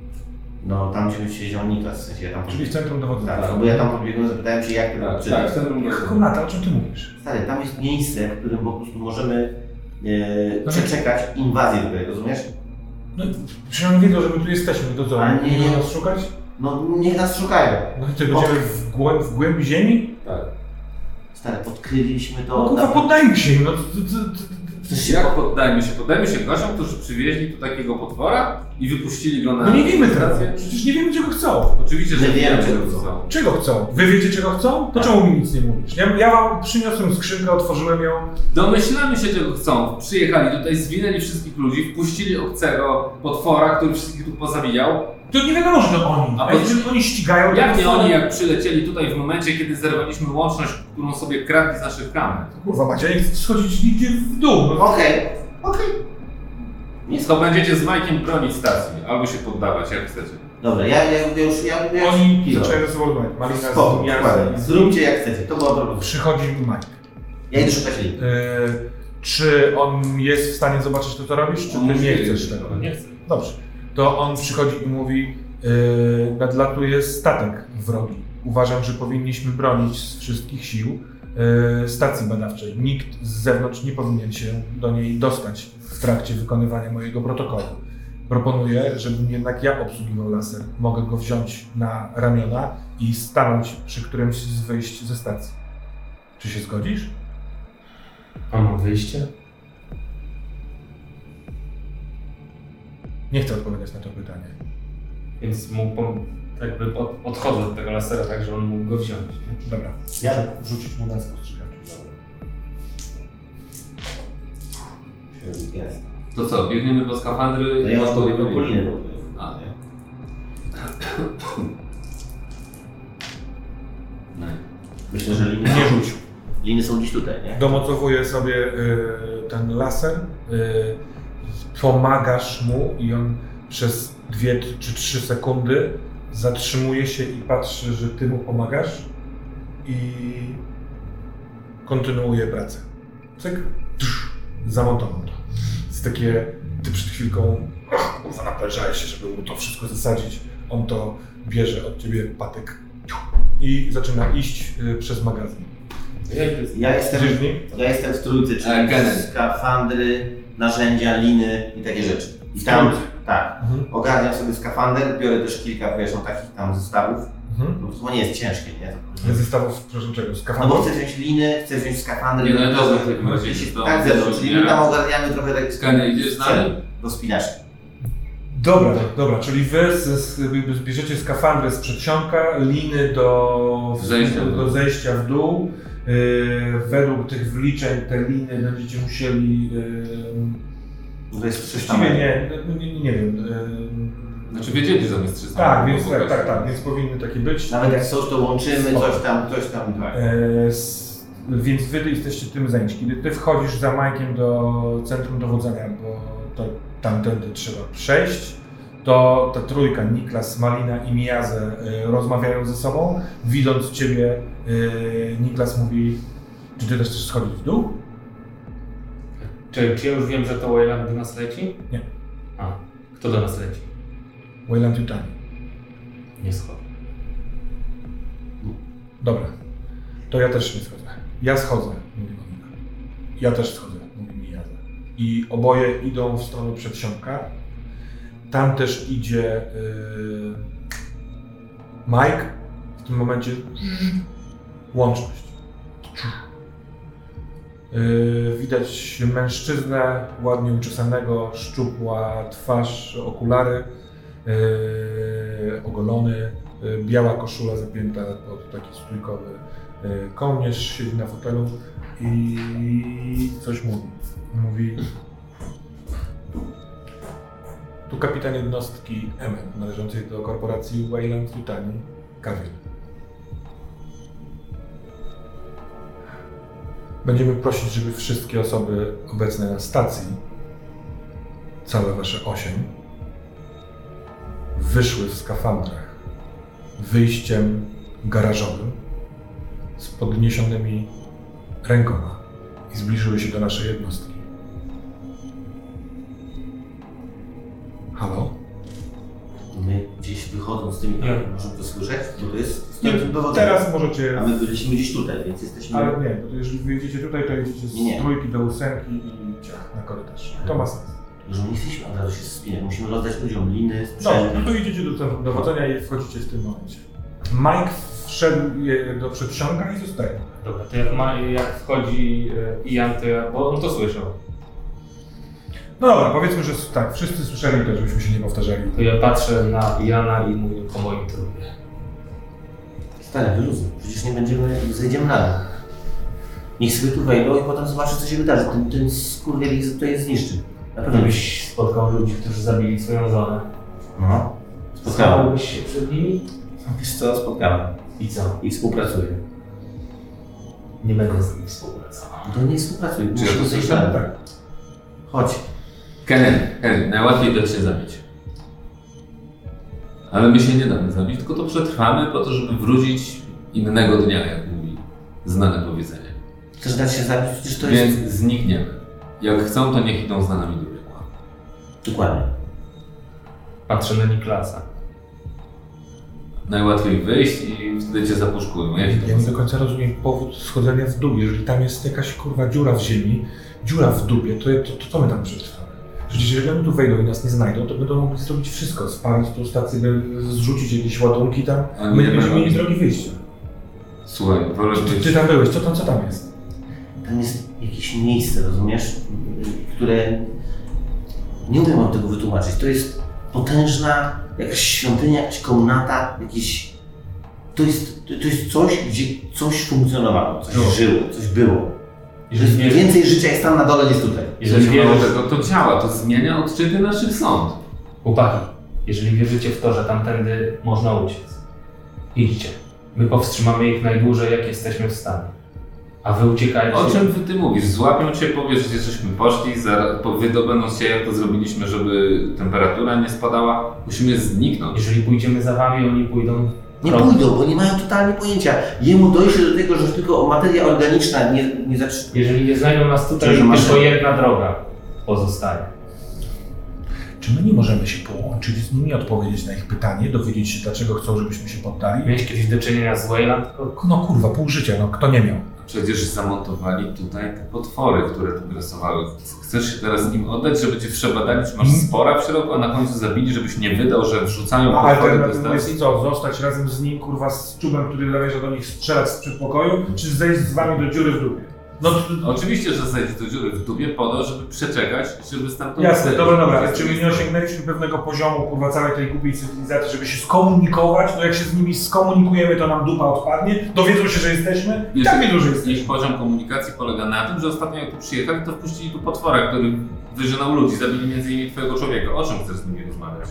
No tam gdzie siedział Niklas, w sensie ja tam... Czyli w centrum dowodzenia. Tak, no bo ja tam podbiegłem, zapytałem się jak to Tak, czy- tak, w centrum dowodzenia. Komnata, o czym ty mówisz? Stary, tam jest miejsce, w którym po prostu możemy e, No przeczekać inwazję tutaj, rozumiesz? No, przecież oni wiedzą, że my tu jesteśmy, to co? Ale nie, Nie nie. nie nas szukać? No niech nas szukają. No i ty będziemy w, głęb, w głębi ziemi? Tak. Stary, odkryliśmy to... No kurwa, nawet- poddajmy się im, no. t- t- t- Przecież Jak poddajmy się? Poddajmy się gościom, którzy przywieźli tu takiego potwora i wypuścili go na No nie wiemy tego. stację? Przecież nie wiemy, czego chcą. Oczywiście, że Nie wiemy, wiemy, czego czego chcą. chcą. Czego chcą? Wy wiecie, czego chcą? To Tak. czemu mi nic nie mówisz? Ja, ja wam przyniosłem skrzynkę, otworzyłem ją. Domyślamy się, czego chcą. Przyjechali tutaj, zwinęli wszystkich ludzi, wpuścili obcego potwora, który wszystkich tu pozabijał. To nie wiadomo, że to oni. A A po- jeżeli oni ścigają... Jak to nie są- oni, jak przylecieli tutaj w momencie, kiedy zerwaliśmy łączność, którą sobie kradli z naszych kamer. Kurwa, macie nie chcę schodzić nigdzie w dół. No. Okej, okej. Nie To będziecie z Majkiem bronić stacji, albo się poddawać, jak chcecie. Dobra, ja, ja, ja już... Ja, ja Oni już zaczynają ze sobą rozmawiać. Malina Spoko, z dokładnie. Zróbcie jak chcecie, to była propozycja. Przychodzi Mike. Ja idę szukać linii. Yy, czy on jest w stanie zobaczyć to, co robisz, czy On ty musi nie wiedzieć, chcesz tego? No nie chcę. Dobrze. To on przychodzi i mówi, yy, nadlatuje statek wrogi. Uważam, że powinniśmy bronić z wszystkich sił yy, stacji badawczej. Nikt z zewnątrz nie powinien się do niej dostać w trakcie wykonywania mojego protokołu. Proponuję, żebym jednak ja obsługiwał laser. Mogę go wziąć na ramiona i stanąć przy którymś z wyjść ze stacji. Czy się zgodzisz? A mam wyjście? Nie chcę odpowiadać na to pytanie. Więc mógł, jakby od, odchodzę od tego lasera tak, że on mógł go wziąć. Nie? Dobra. Ja? Wrzucić mu na spostrzegawczość. Jest. To co, biegniemy po skafandry? No ja już to powiem do Poliny. A, nie. No. Myślę, że linie, Nie rzuć. liny są gdzieś tutaj, nie? Domocowuję sobie y, ten laser, y, pomagasz mu i on przez dwie czy trzy sekundy zatrzymuje się i patrzy, że ty mu pomagasz i kontynuuje pracę. Cyk, tsz, zamontował to. Jest takie, ty przed chwilką ach, kurwa, naprężałeś się, żeby mu to wszystko zasadzić. On to bierze od ciebie patyk i zaczyna iść y, przez magazyn. Ja jestem, Idziesz w nim? ja jestem w trójce, czyli E, Genen. skafandry, narzędzia, liny i takie rzeczy. I tam, Trójce. tak, Mhm. ogarniam sobie skafander, biorę też kilka, wiesz, no, takich tam zestawów. Mhm. No, to nie jest ciężkie, nie? Zestawów, przepraszam, czego? Z No kafandą? bo chcę wziąć liny, chcę wziąć skafandry. Nie, no ja to- też w takim razie jeśli- to- Tak, ze mną, czyli my tam ogarniamy trochę tak Skania, idziesz z nami? do spinaczki. Dobra, dobra, czyli wy z, z, zbierzecie skafandry z przedsionka, liny do, Zejścia. do zejścia w dół. Yy, według tych wliczeń te liny będziecie musieli... Yy, No to jest trzysta właściwie metrów. nie, nie, nie, nie wiem. Yy, Znaczy wiedzieli, że jest trzysta. tak, więc bo tak, pokaż. tak, tak, więc powinny takie być. Nawet jak coś to łączymy, Spoko. coś tam, coś tam, tak. E, s- Więc wy jesteście tym zajęci. Kiedy ty wchodzisz za Majkiem do centrum dowodzenia, bo to tamtędy trzeba przejść, to ta trójka, Niklas, Malina i Miyaze e, rozmawiają ze sobą. Widząc ciebie, e, Niklas mówi, czy ty też chcesz schodzić w dół? Czy, czy ja już wiem, że to Wayland do nas leci? Nie. A, kto do nas leci? Wayland Yutani. Nie schodzę. Dobra, to ja też nie schodzę. Ja schodzę, mówi Malina. Ja też schodzę, mówi Miyaze. I oboje idą w stronę przedsionka. Tam też idzie yy, Mike. W tym momencie łączność. Yy, widać mężczyznę, ładnie uczesanego, szczupła twarz, okulary, yy, ogolony, yy, biała koszula zapięta pod taki strójkowy yy, kołnierz, siedzi na fotelu i coś mówi. Mówi: tu kapitan jednostki Emmet należącej do korporacji Wayland Yutani, Kavil. Będziemy prosić, żeby wszystkie osoby obecne na stacji, całe wasze osiem, wyszły w skafandrach wyjściem garażowym z podniesionymi rękoma i zbliżyły się do naszej jednostki. Halo? My gdzieś wychodząc z tymi Nie. możemy to słyszeć? Bo to jest Nie, centrum dowodzenia. teraz możecie... A my byliśmy gdzieś tutaj, więc jesteśmy... Ale nie, bo to jeżeli wyjedziecie tutaj, to jedziecie z Nie, nie. trójki do ósemki i ciach na korytarz. To ma sens. Że nie jesteśmy od razu się spinać, musimy rozdać ludziom liny, Dobrze, sprzęt. no to idziecie do centrum dowodzenia i wchodzicie w tym momencie. Mike wszedł je do przedsionka i zostaje. Dobra, to jak, ma, jak wchodzi e, Ian, to ja, bo on to słyszał, No dobra, powiedzmy, że tak, wszyscy słyszeli to, żebyśmy się nie powtarzali. to ja patrzę na Iana i mówię po moim trupie. Stary, wyluzuj, przecież nie będziemy, zejdziemy na dół. Niech sobie tu wejdą i potem zobaczy, co się wydarzy. Ten, ten skurwiel ich tutaj zniszczy. Na pewno byś... Gdybyś spotkał ludzi, którzy zabili swoją żonę, No, spotkałem. stałbyś się przed nimi? Wiesz co, spotkałem. I co? I współpracuję. Nie będę z nimi współpracował. To nie współpracuj, Czy musisz ja tu to zejść słyszałem? na dół. Chodź. Kenen, Kenen, najłatwiej dać się zabić. Ale my się nie damy zabić, tylko to przetrwamy po to, żeby wrócić innego dnia, jak mówi znane powiedzenie. Chcesz dać się zabić? Przecież to Więc jest... znikniemy. Jak chcą, to niech idą za nami do piekła. Dokładnie. Patrzę na Niklasa. Najłatwiej wyjść i wtedy cię zapuszkują. Jak to Ja nie do końca rozumiem powód schodzenia w dół. Jeżeli tam jest jakaś kurwa dziura w ziemi, dziura w dupie, to, to, to co my tam przetrwamy? Przecież jeżeli oni tu wejdą i nas nie znajdą, to będą mogli zrobić wszystko. Spalić tą stację, zrzucić jakieś ładunki tam, A my nie nie będziemy mieli będą. drogi wyjścia. Słuchaj, wolę Ty, być... ty tam byłeś, co tam, co tam jest? Tam jest jakieś miejsce, rozumiesz, które nie umiem wam tego wytłumaczyć. To jest potężna jakaś świątynia, jakaś komnata, jakiś... To jest, to jest coś, gdzie coś funkcjonowało, coś No. żyło, coś było. To Jeżeli jest, wierzysz, więcej życia jest tam na dole niż tutaj. jeżeli Jeżeli mało wierzysz, tego, to działa, to zmienia odczyty naszych sąd. chłopaki, jeżeli wierzycie w to, że tamtędy można uciec, idźcie. My powstrzymamy ich najdłużej, jak jesteśmy w stanie. A wy uciekajcie. O czym ty mówisz? Złapią cię, powiesz, gdzie żeśmy poszli, zaraz, po- wydobędą się, jak to zrobiliśmy, żeby temperatura nie spadała. Musimy zniknąć. Jeżeli pójdziemy za wami, oni pójdą... Nie krok. pójdą, bo nie mają totalnie pojęcia. Jemu dojdzie do tego, że tylko materia organiczna nie, nie zatrzyma. Jeżeli nie znajdą nas tutaj, Czyli, że masz- tylko jedna droga pozostaje. Czy my nie możemy się połączyć z nimi, odpowiedzieć na ich pytanie, dowiedzieć się, dlaczego chcą, żebyśmy się poddali? Miałeś kiedyś do czynienia z Wayland? No kurwa, pół życia, no kto nie miał? Przecież zamontowali tutaj te potwory, które tu grasowały. Chcesz się teraz nim oddać, żeby cię przebadali, czy masz spora w środku, a na końcu zabili, żebyś nie wydał, że wrzucają A potwory do alternatywą jest stacji? co? Zostać razem z nim, kurwa, z czubem, który zamierza do nich strzelać z przedpokoju, czy zejść z wami do dziury w dupie? No to, Oczywiście, że zejść do dziury w dupie po to, żeby przeczekać, żeby stamtąd... jasne, zejść. dobra, dobra, ale czy my nie osiągnęliśmy pewnego poziomu, kurwa, całej tej głupiej cywilizacji, żeby się skomunikować? No jak się z nimi skomunikujemy, to nam dupa odpadnie, dowiedzą się, że jesteśmy i tak wiedzą, że jesteśmy. Ich poziom komunikacji polega na tym, że ostatnio jak tu przyjechali, to wpuścili tu potwora, który wyżynał ludzi, zabili między innymi twojego człowieka. O czym chcesz z nimi rozmawiać?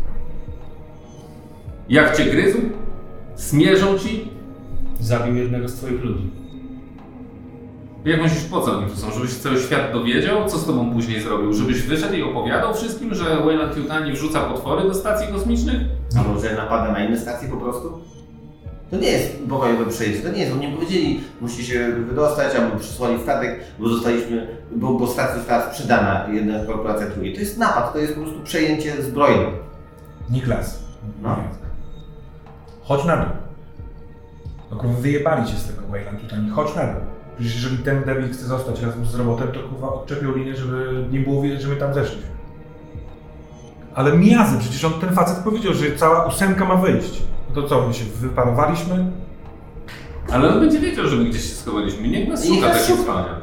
Jak cię gryzł? Smierzą ci? Zabił jednego z twoich ludzi. Jak myślisz, po co oni tu są? Żebyś cały świat dowiedział, co z tobą później zrobił? Żebyś wyszedł i opowiadał wszystkim, że Wayland Yutani wrzuca potwory do stacji kosmicznych? A może napada na inne stacje po prostu? To nie jest pokojowe przejście, to nie jest, oni nie powiedzieli, musicie się wydostać, albo przysłali statek, bo zostaliśmy, bo, bo stacja została sprzedana, jedna korporacja drugiej. To jest napad, to jest po prostu przejęcie zbrojne. Niklas, No. chodź na dół. No kurwa, wyjebali cię z tego Wayland tutaj, chodź na dół. Przecież jeżeli ten debil chce zostać razem z robotem, to kurwa odczepił linię, żeby nie było widać, że my tam zeszliśmy. Ale Miazy, przecież on, ten facet powiedział, że cała ósemka ma wyjść. No to co, my się wyparowaliśmy? Ale on będzie wiedział, że my gdzieś się schowaliśmy. Niech nas Niech szuka nas takich szuka. spania.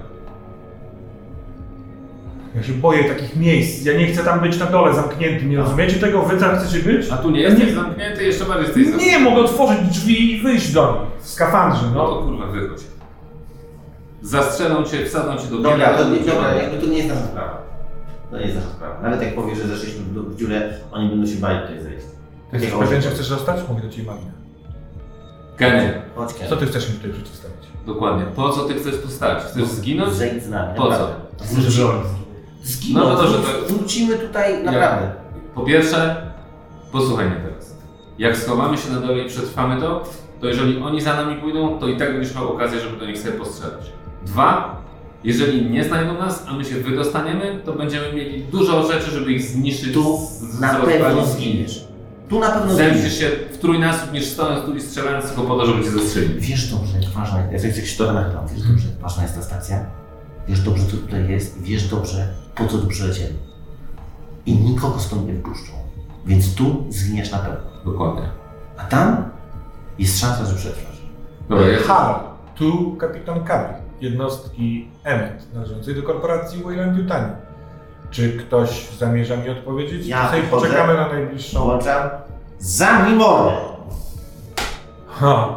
Ja się boję takich miejsc, ja nie chcę tam być na dole zamknięty, nie rozumiecie tego? Wy tam chcecie być? A tu nie jesteś zamknięty, jeszcze bardziej jesteś zamknięty. Nie, mogę otworzyć drzwi i wyjść do nich w skafandrze, No no. to kurwa wychodź. Zastrzelą cię, wsadzą cię do Dobra, to, nie, biura, dobra, jakby to nie jest nasza sprawa. To nie jest nasza sprawa. Nawet jak powiesz, że zeszliśmy w, w dziurę, oni będą się bali tutaj zejść. Ty jesteś pewien, że chcesz zostać? Mówię do ciebie, Marina. Kenny, Chodź, Ken. Co ty chcesz mi tutaj przeciwstawić? dokładnie. Po co ty chcesz tu stać? Chcesz zginąć? Zejdź z nami, Po co? naprawdę. Żeby on Zginął, No to, że wró- to- wrócimy tutaj naprawdę. Po pierwsze, posłuchaj mnie teraz. Jak schowamy się na dole i przetrwamy to, to jeżeli oni za nami pójdą, to i tak będziesz miał okazję, żeby do nich sobie postrzelać. Dwa, jeżeli nie znajdą nas, a my się wydostaniemy, to będziemy mieli dużo rzeczy, żeby ich zniszczyć. Tu z- na z pewno rozpalin. zginiesz. Tu na pewno zginiesz. Zemścisz się w trójnasób niż stojąc tu i strzelając tylko po to, żeby cię zastrzelić. Wiesz dobrze, jak ważna jest, jak się to nachylam, wiesz dobrze, jak ważna jest ta stacja, wiesz dobrze, co tutaj jest i wiesz dobrze, po co tu przylecieli. I nikogo stąd nie wpuszczą. Więc tu zginiesz na pewno. Dokładnie. A tam jest szansa, że przetrwasz. Dobra, ja... Halo, tu kapitan Kari, jednostki Emmet, należącej do korporacji Wayland Yutani. Czy ktoś zamierza mi odpowiedzieć? Ja Czy sobie wychodzę. poczekamy na najbliższą... Włączam. Zamknij mordę! Ha.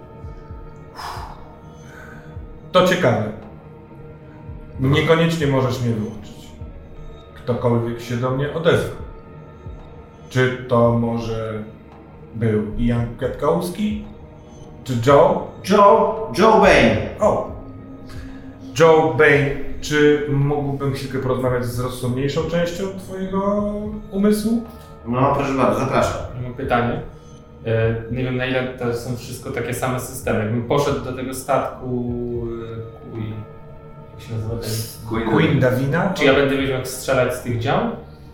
To ciekawe. Niekoniecznie możesz mnie wyłączyć. Ktokolwiek się do mnie odezwał. Czy to może był Ian Kwiatkowski? Czy Joe? Joe, Joe Bane. O! Joe Bane, czy mógłbym chwilkę porozmawiać z rozsądniejszą częścią twojego umysłu? No proszę bardzo, zapraszam. Mam pytanie. E, nie wiem na ile to są wszystko takie same systemy. Jakbym poszedł do tego statku e, Queen, jak się nazywa ten? Queen. Queen Davina? Czy ja będę wiedział jak strzelać z tych dział?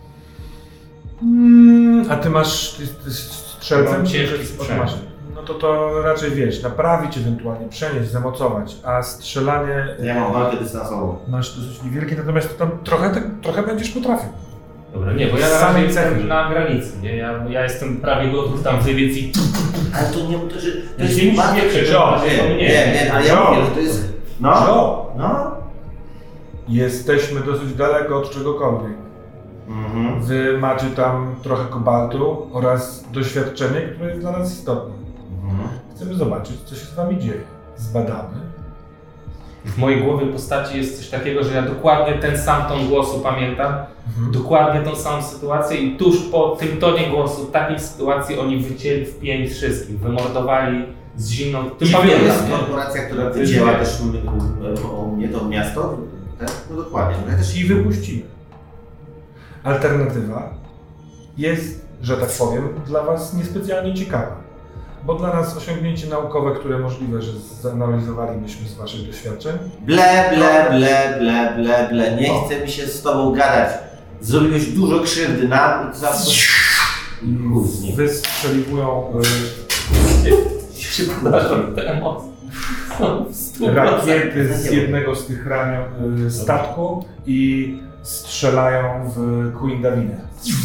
Mm, a ty masz ty, ty strzelcem? Mam ciężki Czy- sprzęt. masz? No to to raczej wiesz, naprawić ewentualnie, przenieść, zamocować, a strzelanie Ja mam walkę dystansową. masz dosyć niewielkie, natomiast to tam trochę, tak, trochę będziesz potrafił. Dobra, nie, bo ja na Samej razie cechy. jestem na granicy, nie? Ja, ja jestem prawie gotów tam wybiec i... Ale to nie, to, że, to Ja jest się nic bardzo... nie krzyczę, Joe, to Nie, nie, nie, nie, ale ja Joe. mówię, że to jest... No, Joe, no. jesteśmy dosyć daleko od czegokolwiek. Mhm. Wy macie tam trochę kobaltu oraz doświadczenie, które jest dla nas istotne. Mhm. Chcemy zobaczyć, co się z wami dzieje. Zbadamy. W mojej głowie postaci jest coś takiego, że ja dokładnie ten sam ton głosu pamiętam, Mhm. dokładnie tą samą sytuację i tuż po tym tonie głosu takiej sytuacji oni wycięli w pięć wszystkich, wymordowali z zimną... Tym Czy to pamiętam, jest nie? korporacja, która To jest wydziela moje. też u- u- u mnie to miasto? Tak? No dokładnie. No ja też I wypuścimy. Alternatywa jest, że tak powiem, dla was niespecjalnie ciekawa. Bo dla nas osiągnięcie naukowe, które możliwe, że zanalizowalibyśmy z waszych doświadczeń, Ble, ble, ble, ble, ble, ble. Nie O. chce mi się z tobą gadać. Zrobiłeś dużo krzywdy nam i za I chuj z nim. wystrzeliwują Przepraszam, te emocje są w y, stu procentach. rakiety z jednego z tych ramion y, statku i strzelają w Queen Davinę.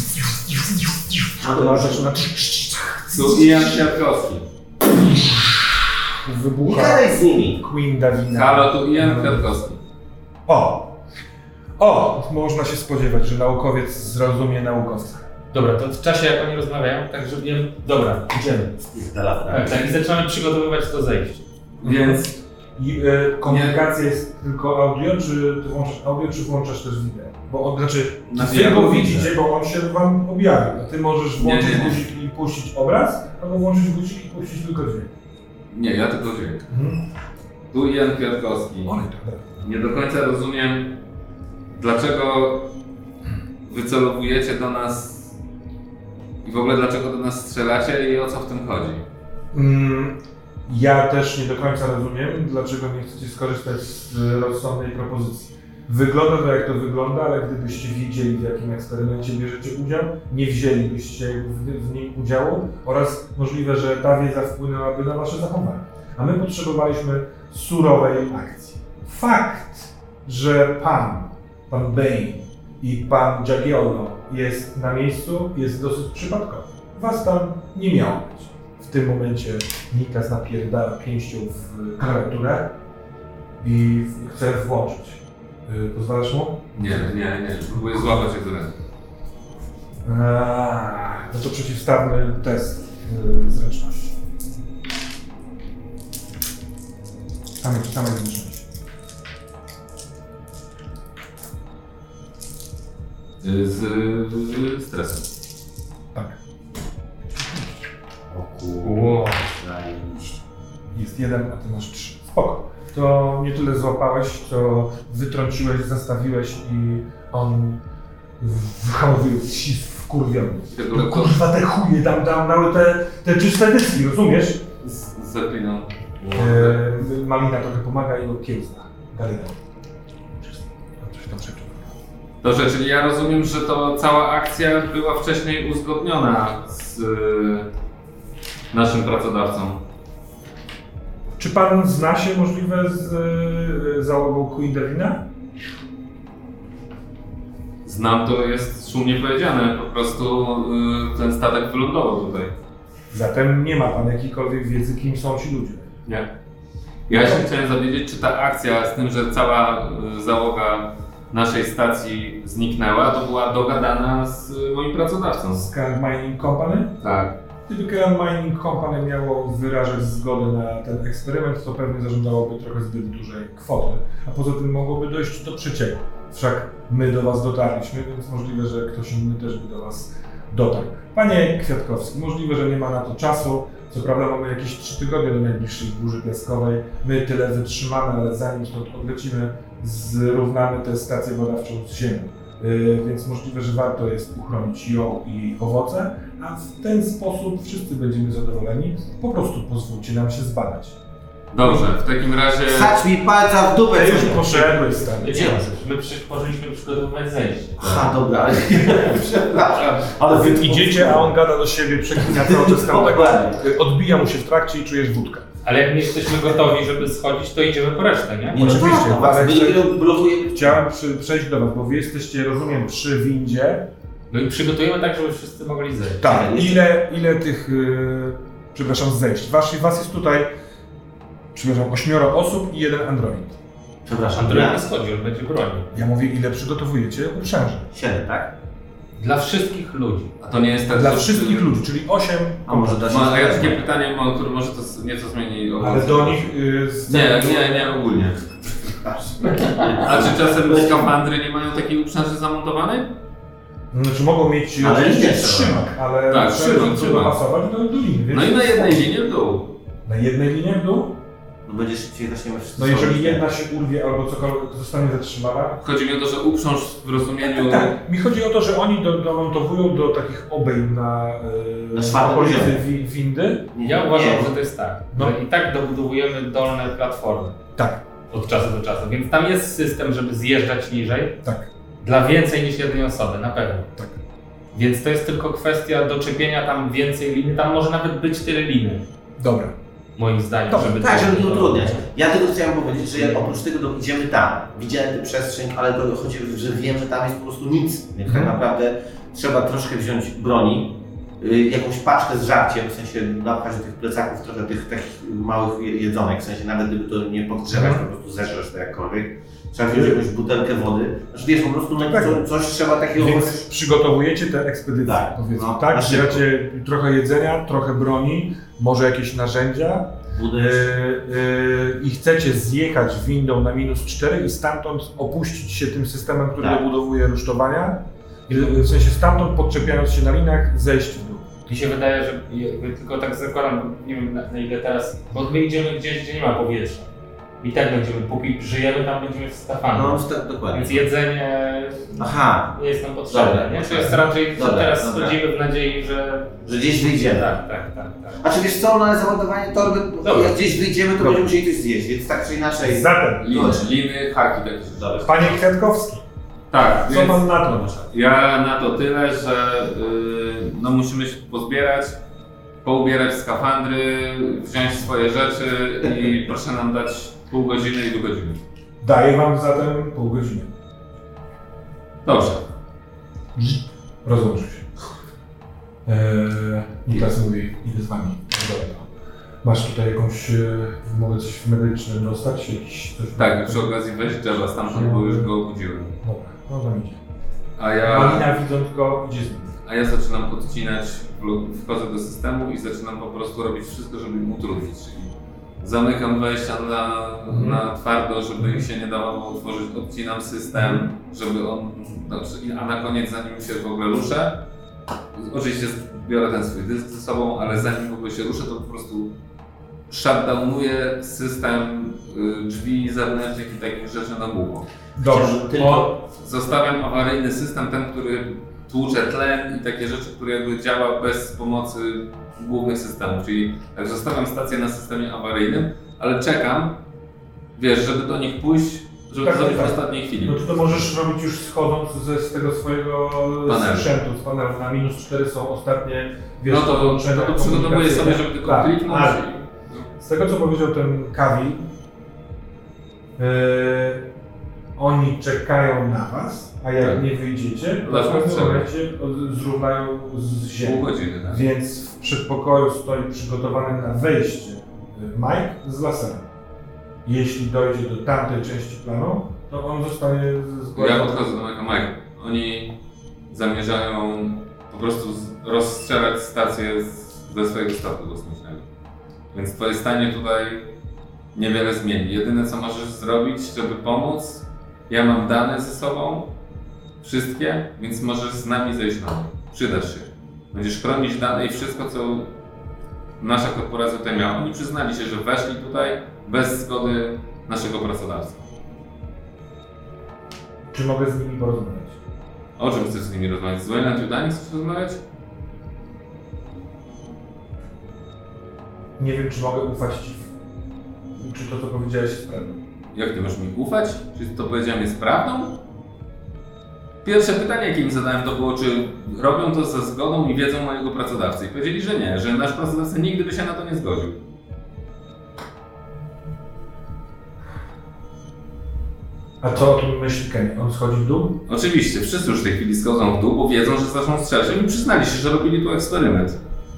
Ona zaczyna Tu Ian Kwiatkowski. Nie wybucha gadaj z nimi. Queen Davina. Halo, tu Ian Kwiatkowski. O! O! Można się spodziewać, że naukowiec zrozumie naukowca. Dobra, to w czasie jak oni rozmawiają, tak żeby wiem... Dobra, idziemy. Tak, tak, i zaczynamy przygotowywać to zejście. Więc I, e, komunikacja jest tylko audio, czy ty włączasz audio, czy włączasz też wideo? Bo on, znaczy, Znaczy, wy ja go go widzicie, widzę. bo on się wam objawił, a ty możesz Nie, włączyć nie, nie. guzik i puścić obraz, albo włączyć guzik i puścić tylko dźwięk. nie, ja tylko dźwięk. Mhm. Tu Ian Kwiatkowski. Oj, dobra. Nie do końca rozumiem, dlaczego wycelowujecie do nas i w ogóle dlaczego do nas strzelacie i o co w tym chodzi. Mm, ja też nie do końca rozumiem, dlaczego nie chcecie skorzystać z e, rozsądnej propozycji. Wygląda to jak to wygląda, ale gdybyście wiedzieli, w jakim eksperymencie bierzecie udział, nie wzięlibyście w, w nim udziału oraz możliwe, że ta wiedza wpłynęłaby na wasze zachowanie. A my potrzebowaliśmy surowej akcji. Fakt, że pan, pan Bane i pan Jagiello jest na miejscu, jest dosyć przypadkowy. Was tam nie miało być. W tym momencie Nikas napierdala pięścią w klawiaturę i chce włączyć. Yy, pozwalasz mu? Nie, nie, nie. Próbuję złapać jego rękę. Eee, no to przeciwstawny test yy, zręczności. Samej, samej zręczności. Z, z stresem. Tak. O Wow. kurwa, zajebiście. Jest jeden, a ty masz trzy. Spoko. To nie tyle złapałeś, co wytrąciłeś, zastawiłeś i on wyhamował się wkurwiony. Tego No lekko kurwa te chuje, dam, dam dały te, te czyste dyski, rozumiesz? z- zaklinał. Eee, Malina trochę pomaga i go kiełzna. Galina. Coś tam szepcze. Dobrze, czyli ja rozumiem, że to cała akcja była wcześniej uzgodniona z y, naszym pracodawcą. Czy pan zna się możliwe z y, załogą Queen Davina? Znam, to jest szumnie powiedziane, po prostu y, ten statek wylądował tutaj. Zatem nie ma pan jakiejkolwiek wiedzy, kim są ci ludzie. Nie. Ja się chciałem dowiedzieć, czy ta akcja z tym, że cała y, załoga naszej stacji zniknęła, to była dogadana z y, moim pracodawcą. Z Current Mining Company? Tak. Gdyby Current Mining Company miało wyrażać zgodę na ten eksperyment, to pewnie zażądałoby trochę zbyt dużej kwoty, a poza tym mogłoby dojść do przecieku. Wszak my do was dotarliśmy, więc możliwe, że ktoś inny też by do was dotarł. Panie Kwiatkowski, możliwe, że nie ma na to czasu. Co prawda mamy jakieś trzy tygodnie do najbliższej burzy piaskowej. My tyle wytrzymamy, ale zanim stąd odlecimy, zrównamy tę stację badawczą z ziemią. yy, więc możliwe, że warto jest uchronić ją i owoce, a w ten sposób wszyscy będziemy zadowoleni. Po prostu pozwólcie nam się zbadać. Dobrze, w takim razie... Wsadź mi palca w dupę! Ty już co- poszedłeś stary. Nie, my przecież możemy przygotowywać zejście. Aha, dobra, ale przepraszam. Ale Wy idziecie, a on gada do siebie, przeklina cały czas tam tego, Dokładnie. odbija mu się w trakcie i czujesz wódkę. Ale jak nie jesteśmy gotowi, żeby schodzić, to idziemy po resztę, nie? Nie, no Oczywiście, tak, no, ale my chcę- dopiero blokujemy. Chciałem przy, przejść do was, bo wy jesteście, rozumiem, przy windzie. No i przygotujemy tak, żeby wszyscy mogli zejść. Tak, Ale jeszcze- ile, ile tych, yy, przepraszam, zejść? Was, was jest tutaj, przepraszam, ośmioro osób i jeden android. Przepraszam, Andrzej ja nie schodzi, on będzie bronił. Ja mówię, ile przygotowujecie uprzęży. siedem, tak? Dla wszystkich ludzi. A to nie jest tak, Dla że- wszystkich ludzi, czyli osiem. A może da się... Ma, a ja takie pytanie mam, które może to s- nieco zmieni owoce. Ale do nich... Yy, z- Nie, nie, nie ogólnie. A czy czasem skafandry nie mają takiej uprzęży zamontowanej? Znaczy mogą mieć Ale oczywiście nie, trzymak, ale Tak, trzeba trzymak, się trzymak. dopasować do, do liny. Więc No i na jednej linie w dół. Na jednej linie w dół? No będzie szybciej, zaczniemy wszyscy No jeżeli schodzić. jedna się urwie albo cokolwiek, to zostanie zatrzymana. Chodzi mi o to, że uprząż w rozumieniu... Tak, mi chodzi o to, że oni do, domontowują do takich obejm na, yy, Na czwartym okolicy poziomie. wi, windy. Nie, Ja uważam, nie. że to jest tak, No. że i tak dobudowujemy dolne platformy Tak, od czasu do czasu, więc tam jest system, żeby zjeżdżać niżej tak, dla więcej niż jednej osoby, na pewno. tak. Więc to jest tylko kwestia doczepienia tam więcej liny, tam może nawet być tyle liny, Dobra. moim zdaniem, Dobrze, żeby... Tak, to- żeby nie utrudniać. Ja tylko chciałem powiedzieć, że jak oprócz tego do, idziemy tam. Widziałem tę przestrzeń, ale to chodzi, że wiem, że tam jest po prostu nic. Więc Mhm. tak naprawdę trzeba troszkę wziąć broni, y, jakąś paczkę z żarciem, w sensie napchać do tych plecaków trochę tych takich małych je- jedzonek, w sensie nawet gdyby to nie podgrzewać, Mhm. po prostu zeżresz to jakkolwiek. Trzeba wziąć jakąś butelkę wody. Znaczy wiesz, po prostu no, Tak. co, coś trzeba takiego... Więc przygotowujecie te ekspedycje, Tak, powiedzmy, no, tak? na szybko. Zbieracie trochę jedzenia, trochę broni, może jakieś narzędzia Budę yy, yy, i chcecie zjechać windą na minus cztery i stamtąd opuścić się tym systemem, który Tak. dobudowuje rusztowania. I, w sensie stamtąd, podczepiając się na linach, zejść w dół. Mi się wydaje, że jakby tylko tak zakładam, nie wiem na, na ile teraz, bo my idziemy gdzieś, gdzie nie ma powietrza. I tak będziemy, póki żyjemy, tam będziemy w skafandrze. No, tak, dokładnie. Więc jedzenie Aha, nie jest nam potrzebne. Dobra, nie? To dobra. jest raczej, że Dobra, teraz dobra. schodzimy w nadziei, że... że gdzieś wyjdziemy. Tak, tak, tak. tak. A czy wiesz co, na załadowanie torby, Dobra. jak gdzieś wyjdziemy, to Dobra. będziemy musieli coś zjeść, więc tak czy inaczej... Zatem, Liny, liny, haki takie rzeczy. Dobra. panie Kwiatkowski, Tak, co więc pan na to? ja na to tyle, że yy, no musimy się pozbierać, poubierać skafandry, wziąć swoje rzeczy i proszę nam dać pół godziny i do godziny. Daję wam zatem pół godziny. Dobrze. Rozłączył się. Eee, Niklas mówi, idę z wami. Dobra. Masz tutaj jakąś, e, mogę coś medyczne dostać? Jakiś coś? Tak, przy okazji weź drzewa stamtąd, bo już go obudziłem. Dobra, no tam idzie. A ja, Malina widząc go, idzie z nim. a ja zaczynam odcinać, wchodzę do systemu i zaczynam po prostu robić wszystko, żeby im utrudnić. Czyli zamykam wejścia na, na twardo, żeby ich się nie dawało otworzyć, odcinam system, żeby on, znaczy, a na koniec zanim się w ogóle ruszę, oczywiście biorę ten swój dysk ze sobą, ale zanim w ogóle się ruszę, to po prostu shutdownuję system y, drzwi zewnętrznych i takich rzeczy na głucho. Dobrze, Tylko- o, Zostawiam awaryjny system, ten, który tłucze tlen i takie rzeczy, które jakby działa bez pomocy głównych systemów, czyli tak, zostawiam stację na systemie awaryjnym, ale czekam, wiesz, żeby do nich pójść, żeby Tak, to zrobić tak. w ostatniej chwili. no to, to możesz robić już schodząc ze, z tego swojego Panelu. sprzętu, z panelu. Na minus cztery są ostatnie, wiesz, No to, połączenia no to przygotowuję sobie, komunikacyjne. żeby tylko Tak, kliknąć ale i... z tego co powiedział ten Kawi, yy, oni czekają na was, a jak Tak. nie wyjdziecie, to Dasz w pewnym potrzebę. momencie od- zrównają z Pół ziemią. godziny, tak? Więc w przedpokoju stoi przygotowany na wejście y, Mike z laserem. Jeśli dojdzie do tamtej części planu, to on zostanie Ja zgłaszany. podchodzę do Mike'a. Mike, oni zamierzają po prostu z- rozstrzelać stację z- ze swojego statku kosmicznego. Więc twoje stanie tutaj niewiele zmieni. Jedyne co możesz zrobić, żeby pomóc, ja mam dane ze sobą, wszystkie, więc możesz z nami zejść na dół. Przydasz się. Będziesz chronić dane i wszystko, co nasza korporacja tutaj miała. Oni przyznali się, że weszli tutaj bez zgody naszego pracodawcy. Czy mogę z nimi porozmawiać? O czym chcesz z nimi rozmawiać? Z Wayland Yudani chcesz rozmawiać? Nie wiem, czy mogę ufać ci, czy to, co powiedziałeś, jest prawdą. Jak ty masz mi ufać? Czy to powiedziałem jest prawdą? Pierwsze pytanie, jakie mi zadałem, to było, czy robią to ze zgodą i wiedzą mojego pracodawcy. I powiedzieli, że nie, że nasz pracodawca nigdy by się na to nie zgodził. A co o tym myśli Kenny? On schodzi w dół? Oczywiście, wszyscy już w tej chwili schodzą w dół, bo wiedzą, że zaczną strzelać. Oni przyznali się, że robili tu eksperyment.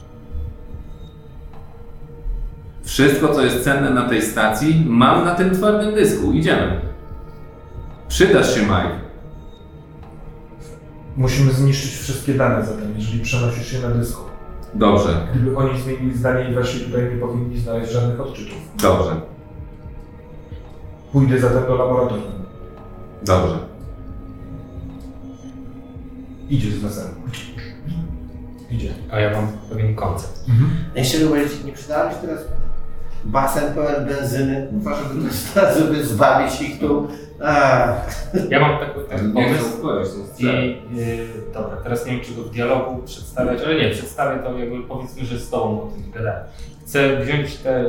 Wszystko, co jest cenne na tej stacji, mam na tym twardym dysku. Idziemy. Przydasz się, Mike. Musimy zniszczyć wszystkie dane zatem, jeżeli przenosisz się na dysku. Dobrze, Gdyby oni zmienili zdanie i weszli tutaj, nie powinni znaleźć żadnych odczytów. dobrze, Pójdę zatem do laboratorium. dobrze. Idzie z weselem. Idzie. A ja mam pewien koncept. Ja chciałbym powiedzieć, nie przydałabyś teraz basen pełen benzyny, żeby, żeby zwabić ich tu. Ach. Ja mam taki, taki Nie chcę pomysł odpowiedzieć, to i strzelę. yy, dobra, teraz nie wiem, czy go w dialogu przedstawiać, ale nie, przedstawię to jakby powiedzmy, że z tobą o tym gadałem. Chcę wziąć te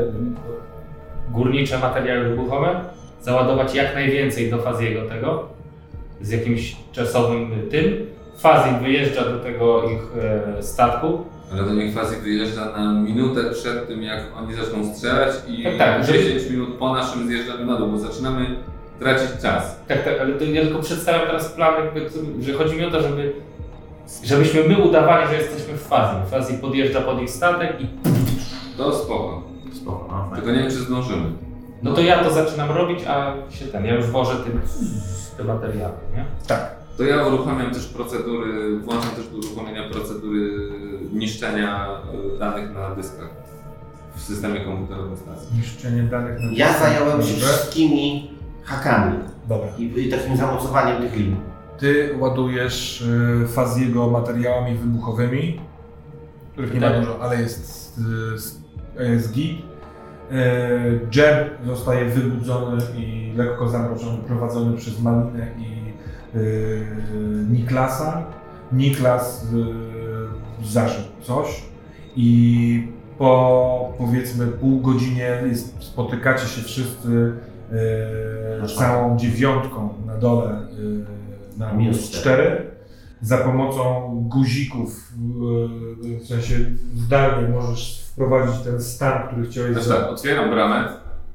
górnicze materiały wybuchowe, załadować jak najwięcej do Faziego tego, z jakimś czasowym tym. Fazi wyjeżdża do tego ich e, statku. Ale to niech Fazi wyjeżdża na minutę przed tym, jak oni zaczną strzelać i Tak, tak, dziesięć minut po naszym zjeżdżamy na dół, bo zaczynamy tracić czas. Tak, tak, ale to ja tylko przedstawiam teraz plan, jakby, który- że chodzi mi o to, żeby, żebyśmy my udawali, że jesteśmy w Fazi. Fazi podjeżdża pod ich statek i To spoko. Spoko, no, fajnie. Tylko nie wiem, czy zdążymy. no to ja to zaczynam robić, a się ten, ja już włożę tym, te materiały, nie? Tak. To ja uruchamiam też procedury, włączam też do uruchomienia procedury niszczenia e, danych na dyskach w systemie komputerowym stacji. Niszczenie danych na Ja zająłem się Dobrze. wszystkimi hakami Dobra. i, i takim zamocowaniem tych lin. Ty ładujesz y, Faziego materiałami wybuchowymi, których nie ma Tak. dużo, ale jest, y, jest git. Y, Jeb zostaje wybudzony i lekko zamroczony, prowadzony przez Malinę i y, Niklasa. Niklas y, zażył coś i po powiedzmy pół godzinie jest, spotykacie się wszyscy y, całą dziewiątką na dole y, na minus cztery. Za pomocą guzików, y, w sensie zdalnie możesz wprowadzić ten stan, który chciałeś Znaczy tak, otwieram bramę,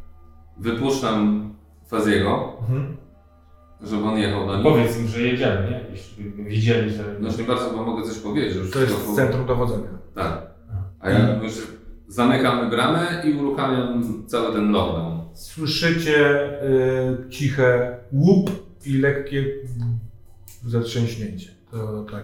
wypuszczam Faziego, Mhm. żeby on jechał do nich. Powiedz im, że jedziemy, nie? Jeśli by widzieli, że... Znaczy nie bardzo, bo mogę coś powiedzieć. Już To jest tylko- centrum dowodzenia. Tak. A ja już zamykam bramę i uruchamiam cały ten lockdown. Słyszycie y, ciche łup i lekkie zatrzęśnięcie. To tak.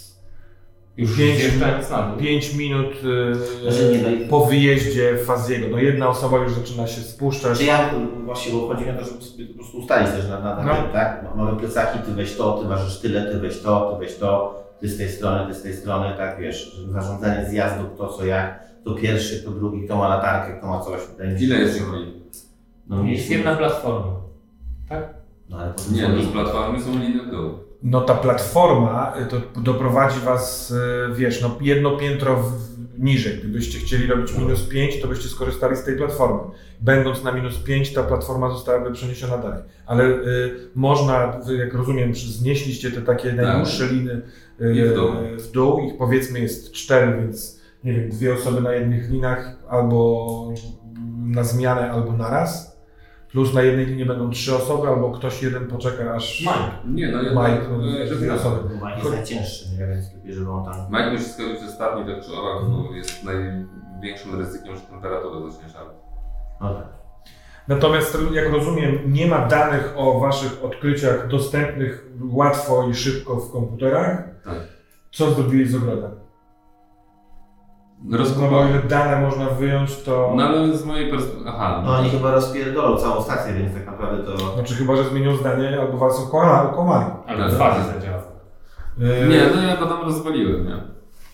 Już Pięć- zjeżdżając na dół. pięć minut Znaczy nie, no y, i- po wyjeździe Faziego. No jedna osoba już zaczyna się spuszczać. Czy ja właśnie, bo chodzi mi o to, żeby sobie po prostu ustalić też na, na, na No. tym, tak? Mamy plecaki, ty weź to, ty ważysz tyle, ty weź to, ty weź to, ty z tej strony, ty z tej strony, tak wiesz, żeby zarządzanie zjazdu, kto co jak, kto pierwszy, kto drugi, kto ma latarkę, kto ma coś. Wydaje mi się, Ile że- jest tych linii? No, Jest jedna platforma. Tak? No ale potem Nie, są no z linie. platformy są linie w dół. No ta platforma y, to doprowadzi was, y, wiesz, no jedno piętro w, niżej. Gdybyście chcieli robić minus pięć, to byście skorzystali z tej platformy. Będąc na minus pięć, ta platforma zostałaby przeniesiona dalej. Ale y, można, wy, jak rozumiem, znieśliście te takie najniższe liny y, I w dół. w dół. Ich powiedzmy jest cztery, więc nie wiem, dwie osoby na jednych linach albo na zmianę, albo naraz. Plus na jednej linie będą trzy osoby, albo ktoś jeden poczeka aż... Mike. Nie, no ja Mike, no, no, dwie żeby osoby. Bo Mike jest najcięższy, nie? Więc lepiej, żeby on tam... Mike musi skończyć ostatni tak czy owak, bo jest największym ryzykiem, że temperatura zacznie szaleć. No tak. Natomiast, jak rozumiem, nie ma danych o waszych odkryciach dostępnych łatwo i szybko w komputerach. Tak. Co zrobiłeś z ogrodem? No bo o Rozkopałem. ile dane można wyjąć, to... No ale z mojej perspektywy... Aha, No oni chyba rozpierdolą całą stację, więc tak naprawdę to... Znaczy chyba, że zmienią zdanie, albo was okłamali. okłamali. Ale Tak. w fazie zadziała. Yy, nie, no ja go tam rozwaliłem, nie?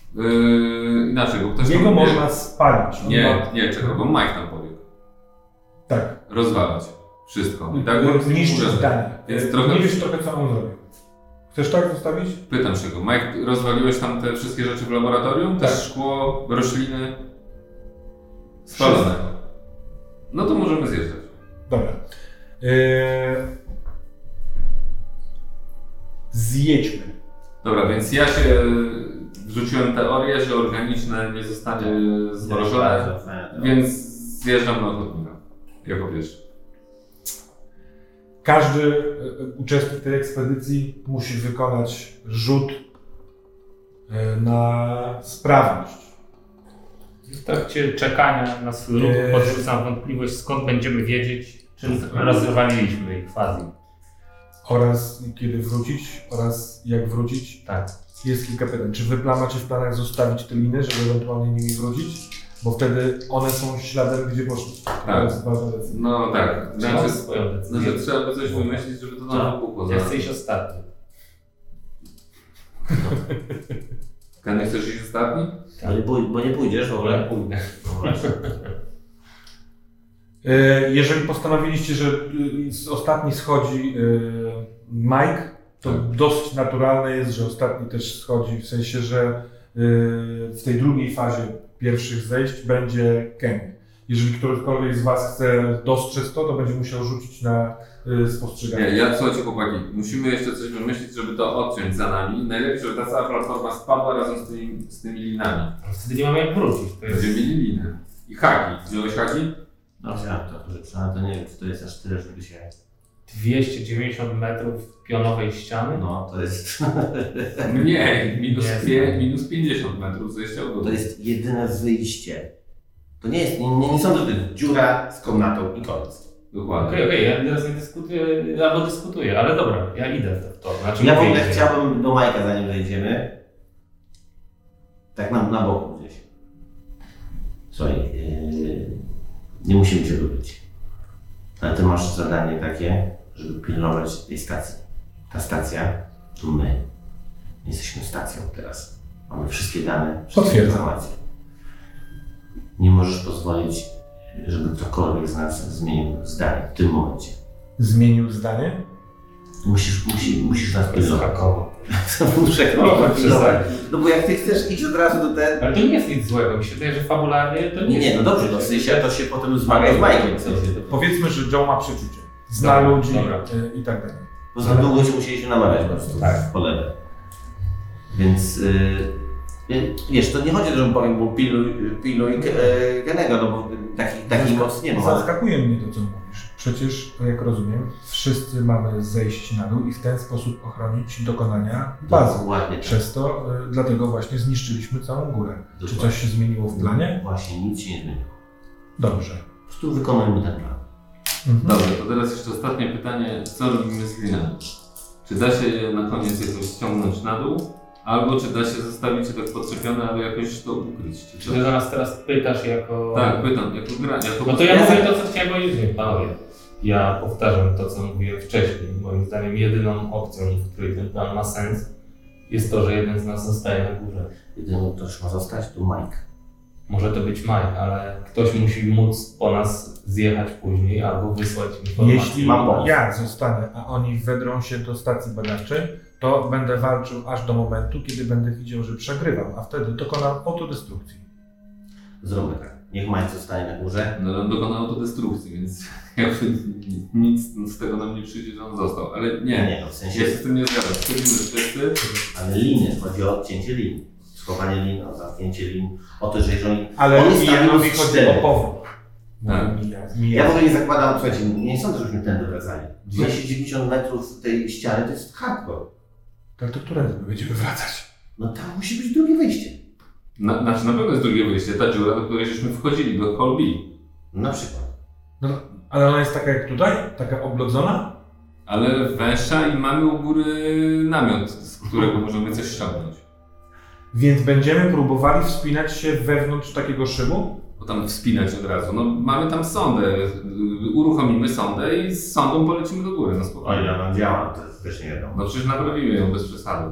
Yy, inaczej, bo ktoś Jego tam... można spalić. On Nie, ma- nie, czekaj, bo Mike tam pobiegł. Tak. Rozwalać. Wszystko. I tak Niszczyć mówię, zdanie. Więc Yy, trochę- Nie wiesz trochę, co on zrobił. Chcesz tak zostawić? Pytam się go. Mike, rozwaliłeś tam te wszystkie rzeczy w laboratorium? Tak. Też szkło, rośliny? Spalone. No to możemy zjeżdżać. Dobra. Yy... Zjedźmy. Dobra, więc ja się wrzuciłem teorię, że organiczne nie zostanie zmrożone, więc zjeżdżam na ochotnika jako pierwszy. Każdy y, uczestnik tej ekspedycji musi wykonać rzut y, na sprawność. W trakcie czekania na swój ruch Eee. podrzucam wątpliwość, skąd będziemy wiedzieć, czym rozwaliliśmy ich fazji. Oraz kiedy wrócić, oraz jak wrócić. Tak. Jest kilka pytań. Czy wy plan- macie w planach zostawić te liny, żeby ewentualnie nimi wrócić? Bo wtedy one są śladem, gdzie poszły. To jest ważna decyzja. No tak, Trzeba znaczy, swoją decyzję. znaczy trzeba by coś wymyślić, żeby to na wybuchło. Ja chcę iść ostatni. Kany, chcesz iść ostatni? Ale bój, bo nie pójdziesz w Ale ogóle. pójdę. No właśnie. Y, Jeżeli postanowiliście, że y, z- ostatni schodzi y, Mike, to Tak. dosyć naturalne jest, że ostatni też schodzi, w sensie, że y, w tej drugiej fazie pierwszych zejść będzie Ken. Jeżeli którykolwiek z was chce dostrzec to, to będzie musiał rzucić na y, spostrzeganie. Nie, ja słuchajcie chłopaki, musimy jeszcze coś wymyślić, żeby to odciąć za nami. Najlepiej, żeby ta cała platforma spadła razem z tymi, z tymi linami. Ale wtedy nie mamy jak wrócić. To jest... Będziemy mieli liny. I haki. Wziąłeś haki? No wziąłem to, że ale to nie wiem, czy to jest aż tyle, żeby się... dwieście dziewięćdziesiąt metrów pionowej ściany. No, to jest... Mniej, minus, Nie, pie, no. minus pięćdziesiąt metrów zejścia od To góry. jest jedyne wyjście. To nie jest, nie, nie są to tylko dziura z komnatą i koniec. Dokładnie. Okej, okej, ja teraz nie dyskutuję, albo dyskutuję, ale dobra, ja idę w to. w to. Znaczy, Ja w mówię, ogóle idę. chciałbym do Majka, zanim zejdziemy, tak na, na boku gdzieś. Słuchaj, yy, nie musimy cię lubić, ale ty masz zadanie takie, żeby pilnować tej stacji. Ta stacja to my. Jesteśmy stacją teraz. Mamy wszystkie dane, wszystkie Potwierdzam. informacje. Nie możesz pozwolić, żeby ktokolwiek z nas zmienił zdanie w tym momencie. Zmienił zdanie? Musisz, musi, musisz nas To jest pilnować. hakowo. Muszę No, pilnować. przestań. No bo jak ty chcesz iść od razu do ten... Ale to nie jest nic złego, mi się wydaje, że fabularnie to nie Nie, nie, jest no dobrze, no w sensie to się potem zmagaj z Majkiem. W sensie, to, Powiedzmy, że Joe ma przeczucie. Zna Dobra, ludzi dobra. y, i tak dalej. bo za długo się musieliśmy namawiać po prostu Tak. w polewie. Więc yy, wiesz, to nie chodzi o to, że powiem mu pilnuj, pilnuj yy, Genego, no bo taki, taki moc nie ma. ale- Zaskakuje mnie to, co mówisz. Przecież, jak rozumiem, wszyscy mamy zejść na dół i w ten sposób ochronić dokonania bazy. Dokładnie tak. Przez to, y, dlatego właśnie zniszczyliśmy całą górę. Czy Dokładnie. coś się zmieniło w planie? Właśnie, nic się nie zmieniło. Dobrze. Po prostu wykonujmy ten plan. Mhm. Dobra, to teraz jeszcze ostatnie pytanie. Co robimy z linami? Czy da się je na koniec jakoś ściągnąć na dół? Albo czy da się zostawić je tak podczepione, ale jakoś to ukryć? Czy Czy ty do nas teraz pytasz jako... Tak, pytam, jako gra, jako... No to ja mówię to, co chciałem powiedzieć, panowie. Ja powtarzam to, co mówiłem wcześniej. Moim zdaniem jedyną opcją, w której ten plan ma sens, jest to, że jeden z nas zostaje na górze. Jedyny, kto już ma zostać, to Mike. Może to być Mike, ale ktoś musi móc po nas zjechać później albo wysłać informacje. Jeśli Mam pomysł. ja zostanę, a oni wedrą się do stacji badawczej, to będę walczył aż do momentu, kiedy będę widział, że przegrywam, a wtedy dokonam autodestrukcji. Zróbmy tak. Niech Mike zostanie na górze. No on dokonał autodestrukcji, więc jakby nic z tego nam nie przyjdzie, że on został. Ale nie, Nie, no w sensie, ja się z tym nie zgadzam. Wchodzimy wszyscy. ale liny, chodzi o odcięcie linii. Schowanie lin, o zamknięcie lin, o to, że jeżeli Ale on jest na Janowi minus chodzi cztery. o powrót. Tak. Mija, Ja mija. w ogóle nie zakładam, słuchajcie, nie sądzę, żebyśmy tędy wracali. dwieście dziewięćdziesiąt metrów tej ściany to jest hardcore. Tak, to którędy my będziemy wracać? No tam musi być drugie wyjście. Na, znaczy na pewno jest drugie wyjście, ta dziura, do której żeśmy wchodzili, do Hall B. Na przykład. No, ale ona jest taka jak tutaj? Taka oblodzona? Ale węższa i mamy u góry namiot, z którego możemy coś ściągnąć. Więc będziemy próbowali wspinać się wewnątrz takiego szybu? Bo tam wspinać od razu. No mamy tam sondę, uruchomimy sondę i z sondą polecimy do góry, no O spokojnie. ile ona działa, to jest też nie wiadomo. No przecież naprawimy ją bez przesady.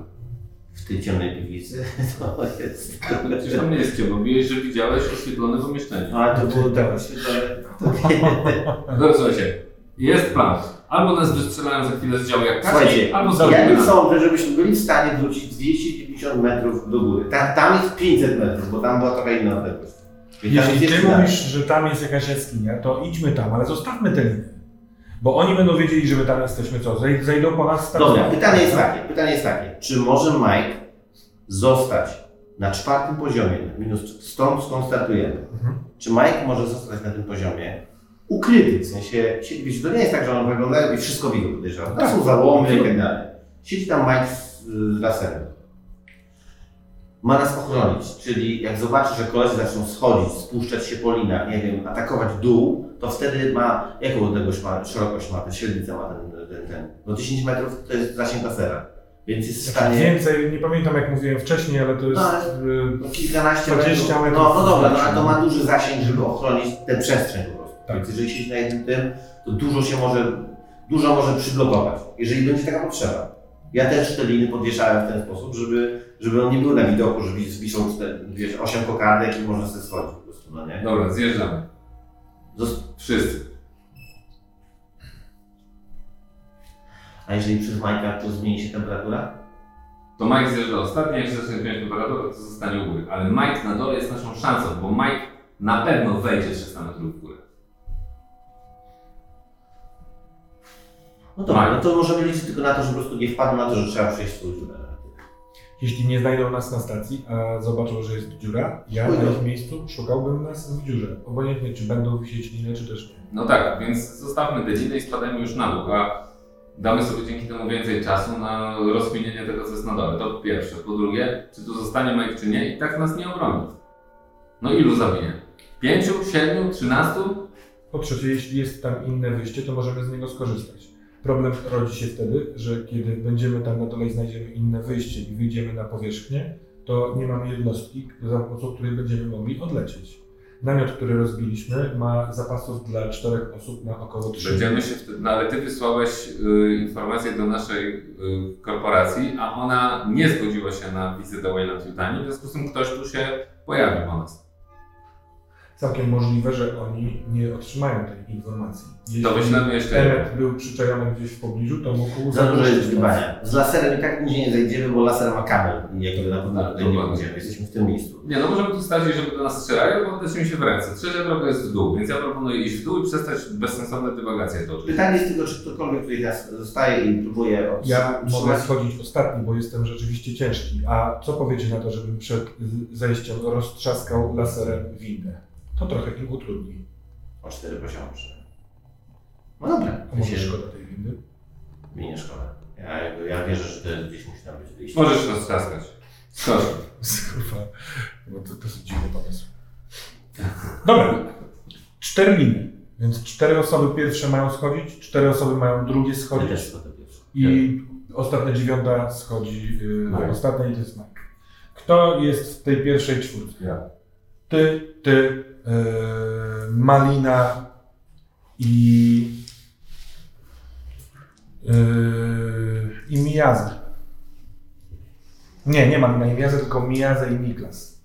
W tej ciemnej piwnicy to jest... Przecież tam nie jest ciemno, mówiłeś, że widziałeś oświetlone pomieszczenie. No ale to było tak oświetlone. Dobra, słuchajcie, jest plan. Albo nas wystrzelają za chwilę z działu jak Słuchajcie, kaczki, albo ja zrobimy nie na sądzę, żebyśmy byli w stanie wrócić dwieście dziewięćdziesiąt metrów do góry. Tam, tam jest pięćset metrów, bo tam była trochę inna odległość. Więc tam Jeśli jest ty jeszcze mówisz, że tam jest jakaś jaskinia, to idźmy tam, ale zostawmy te liny. Bo oni będą wiedzieli, że my tam jesteśmy, co? Zej- Zejdą po nas tam. Dobra, pytanie jest takie, pytanie jest takie. Czy może Mike zostać na czwartym poziomie, minus stąd, skąd startujemy? Mhm. Czy Mike może zostać na tym poziomie ukryty? W sensie, wiecie, to nie jest tak, że on wygląda i wszystko widzi, podejrzewam. Tam są załomy i tak dalej. Siedzi tam Mike z, z laserem. Ma nas ochronić, czyli jak zobaczy, że koledzy zaczną schodzić, spuszczać się po linach, nie wiem, atakować dół, to wtedy ma, jaką odległość ma, szerokość ma, ten średnica ma ten, ten, ten. No dziesięć metrów to jest zasięg lasera, więc jest w stanie... Więcej, nie pamiętam jak mówiłem wcześniej, ale to jest... No, ale y, no, kilkanaście dwadzieścia metrów. metrów. No, no dobra, no, ale to ma duży zasięg, żeby ochronić tę przestrzeń po prostu. Tak. Więc jeżeli siedzi na jednym tym, to dużo się może, dużo może przyblokować, jeżeli będzie taka potrzeba. Ja też te liny podwieszałem w ten sposób, żeby, żeby on nie był na widoku, że wis- wiszą cztery, wiesz, osiem kokardek i można sobie schodzić po prostu, no nie? Dobra, zjeżdżamy. Zost- Wszyscy. A jeżeli przez Majka to zmieni się temperatura? To Mike zjeżdża ostatni, jak się zacznie zmieniać temperaturę, to zostanie u góry. Ale Mike na dole jest naszą szansą, bo Mike na pewno wejdzie trzysta metrów w górę. No dobra, Mike. no to możemy liczyć tylko na to, że po prostu nie wpadł na to, że trzeba przejść swój dziurę. Jeśli nie znajdą nas na stacji, a zobaczą, że jest dziura, ja na ich miejscu szukałbym nas w dziurze. Obojętnie, czy będą wisieć liny, czy też nie. No tak, więc zostawmy te liny i spadajmy już na dół, a damy sobie dzięki temu więcej czasu na rozkminienie tego, co jest na dole. To po pierwsze. Po drugie, czy tu zostanie Mike, czy nie, i tak nas nie obroni. No ilu zabije? Pięciu, siedmiu, trzynastu? Po trzecie, jeśli jest tam inne wyjście, to możemy z niego skorzystać. Problem rodzi się wtedy, że kiedy będziemy tam na dole i znajdziemy inne wyjście i wyjdziemy na powierzchnię, to nie mamy jednostki, za pomocą której będziemy mogli odlecieć. Namiot, który rozbiliśmy, ma zapasów dla czterech osób na około trzy. Będziemy się wtedy, no ale ty wysłałeś y, informację do naszej y, korporacji, a ona nie zgodziła się na wizytę Wayland Yutani, w związku z tym ktoś tu się pojawił po nas. Całkiem możliwe, że oni nie otrzymają tej informacji. Jeśli To wyślemy jeszcze Emmet był przyczajony gdzieś w pobliżu, to mógł Za dużo jest zagrozić wyzwania. Z laserem i tak nigdzie nie zajdziemy, bo laser ma kabel i jakby na pewno Tak, tutaj nie dokładnie. pójdziemy. Jesteśmy w tym miejscu. Nie, no możemy tu stać, żeby do nas strzelają, bo odlecimy się w ręce. Trzecia droga jest w dół, więc ja proponuję iść w dół i przestać bezsensowne dywagacje toczyć. Pytanie jest tylko, czy ktokolwiek tutaj teraz zostaje i próbuje od- Ja mogę utrzymać. schodzić ostatni, bo jestem rzeczywiście ciężki. A co powiecie na to, żebym przed zejściem roztrzaskał laserem windę? To trochę im utrudni. O cztery poziomy przynajmniej. No dobra, A może się szkoda tej windy? mi nie szkoda. Ja, jakby- ja wierzę, że to gdzieś musi tam być wyjście. Możesz roztrzaskać. Skocz. Kurwa, bo to dosyć dziwny pomysł. Dobra, cztery liny. Więc cztery osoby pierwsze mają schodzić, cztery osoby mają drugie Ja schodzić też schodzę pierwszy. i ostatnia dziewiąta schodzi, yy, Mike. ostatnia i to jest Mike. Kto jest w tej pierwszej czwórce? Ja. Ty, ty, yy, Malina i yy, i Miyaza. Nie, nie Malina i Miyaza, tylko Miyaza i Niklas.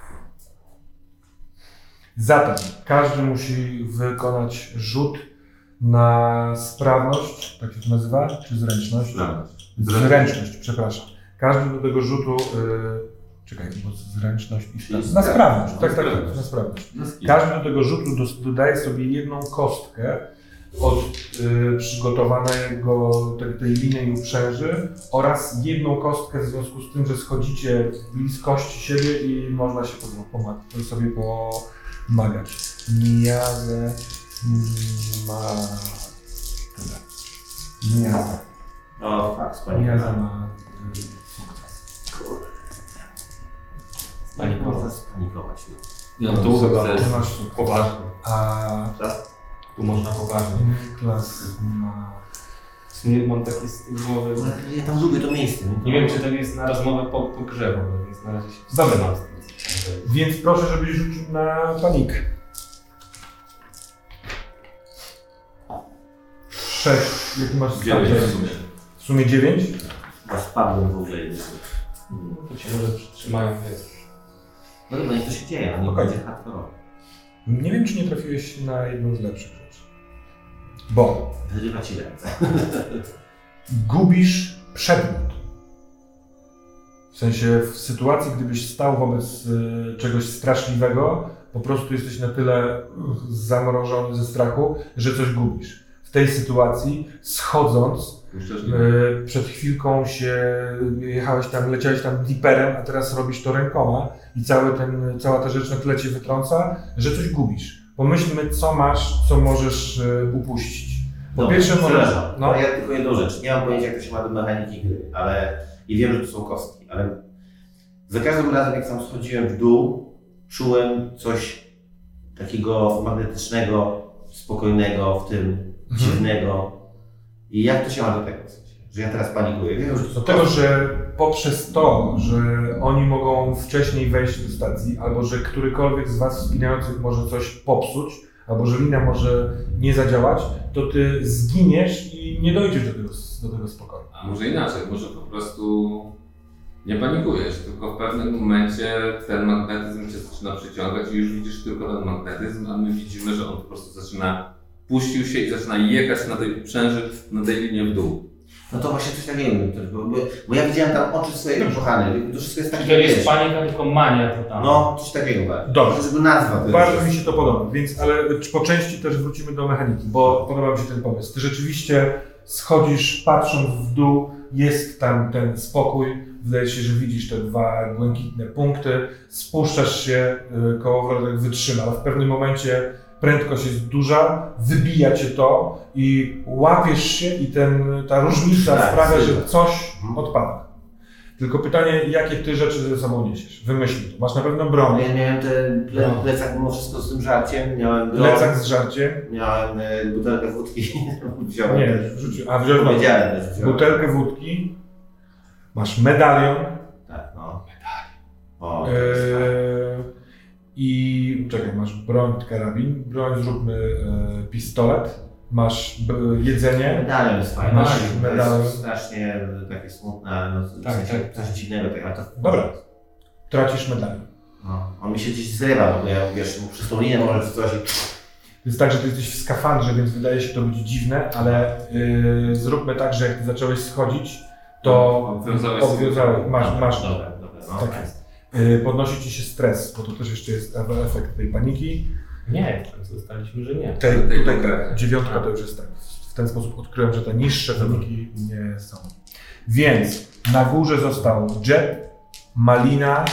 Zatem każdy musi wykonać rzut na sprawność, tak się to nazywa, czy zręczność? Sprawność. Zręczność, przepraszam. Każdy do tego rzutu, yy, czekaj, bo zręczność i Czyli sprawność. Na sprawność, na tak, tak, tak, sprawność. na sprawność. Na skill. Każdy do tego rzutu dos- dodaje sobie jedną kostkę od y, przygotowanego tej, tej liny i uprzęży oraz jedną kostkę w związku z tym, że schodzicie w bliskości siebie i można się po- pomagać, sobie pomagać. Miazę ma... Tyle. Miazę. O, tak, wspaniale. Miazę ma y, sukces. Kurde. Pani Można Boże. spanikować. No Tu tu chyba chcesz. Ty masz sukces. Poważnie. A Tu można poważnie. Niklas ma... W sumie mam taki z tym głowy. No, ja tam lubię to miejsce. Nie wiem, czy to jest na rozmowę po, po grze, bo więc na razie się Dobra. wstrzymam z tym. Więc proszę, żebyś rzucił na panikę. Sześć. Jaki masz Dziewięć status? w sumie. W sumie dziewięć? Bo spadłem w ogóle. i- To cię może przytrzymają, wiesz. No dobra, niech to się dzieje, no nie Okej. będzie hardcore. Nie wiem, czy nie trafiłeś na jedną z lepszych rzeczy. Bo Wyrywa ci ręce. gubisz przedmiot. W sensie w sytuacji, gdybyś stał wobec y, czegoś straszliwego, po prostu jesteś na tyle y, zamrożony ze strachu, że coś gubisz. W tej sytuacji, schodząc, y, przed chwilką się jechałeś tam, leciałeś tam diperem, a teraz robisz to rękoma i cały ten, cała ta rzecz na tyle cię wytrąca, że coś gubisz. Pomyślmy, co masz, co możesz y, upuścić. Po Dobrze, pierwsze, możesz... przepraszam, No, ja tylko jedną rzecz. Nie mam pojęcia, jak to się ma do mechaniki gry, ale i wiem, że to są kostki, ale za każdym razem, jak tam schodziłem w dół, czułem coś takiego magnetycznego, spokojnego w tym, Mhm. dziwnego. I jak to się ma do tego? W sensie, że ja teraz panikuję? Wiem, że to są do tego, kostki. że poprzez to, że oni mogą wcześniej wejść do stacji, albo że którykolwiek z was wspinających może coś popsuć, albo że lina może nie zadziałać, to ty zginiesz i nie dojdziesz do tego, do tego spokoju. A może inaczej, może po prostu nie panikujesz, tylko w pewnym momencie ten magnetyzm cię zaczyna przyciągać i już widzisz tylko ten magnetyzm, a my widzimy, że on po prostu zaczyna, puścił się i zaczyna jechać na tej uprzęży, na tej linie w dół. No to właśnie coś takiego, bo, bo, bo ja widziałem tam oczy swojej kochanej, to wszystko jest takie, To nie jest wiesz, panika, tylko mania totalna. no coś takiego bardziej. Dobrze. To jest nazwa. To Bardzo jest. mi się to podoba, więc ale po części też wrócimy do mechaniki, bo podoba mi się ten pomysł. Ty rzeczywiście schodzisz, patrząc w dół, jest tam ten spokój, wydaje się, że widzisz te dwa błękitne punkty, spuszczasz się, y, kołowrotek wytrzyma, ale w pewnym momencie prędkość jest duża, wybija cię to i łapiesz się i ten, ta różnica Tak, sprawia, że super. coś Mhm. odpada. Tylko pytanie, jakie ty rzeczy ze sobą niesiesz? Wymyśl to. Masz na pewno broń, Ja miałem ten ple, No. plecak mimo wszystko z tym żarciem, miałem broń, plecak z żarciem. miałem e, butelkę wódki, wziąłem Nie, też. wrzucił. A wziąłem Powiedziałem też, wziąłem. butelkę wódki, masz medalion Tak, no. O, to jest fajne. e, i czekaj, masz broń, karabin, broń, zróbmy e, pistolet, masz b, jedzenie, Medalion jest fajny, Masz to medalion. jest strasznie takie smutne, ale no, w Tak, sensie tak. coś dziwnego, tak, ale to... Dobra. tracisz medalion. No, on mi się gdzieś zrywa, bo ja wiesz, przez tą linię może coś i... To jest tak, że ty jesteś w skafandrze, więc wydaje się to być dziwne, ale yy, zróbmy tak, że jak ty zacząłeś schodzić, to Obwiązałeś obwiązałeś, masz, masz Dobra, dobra, no. tak jest. Yy, podnosi ci się stres, bo to też jeszcze jest efekt tej paniki. Nie, tak zostaliśmy, że nie. Tej, Tej tutaj konkretnej. dziewiątka to już jest tak. W ten sposób odkryłem, że te niższe wyniki nie są. Więc na górze został Jeb, Malina,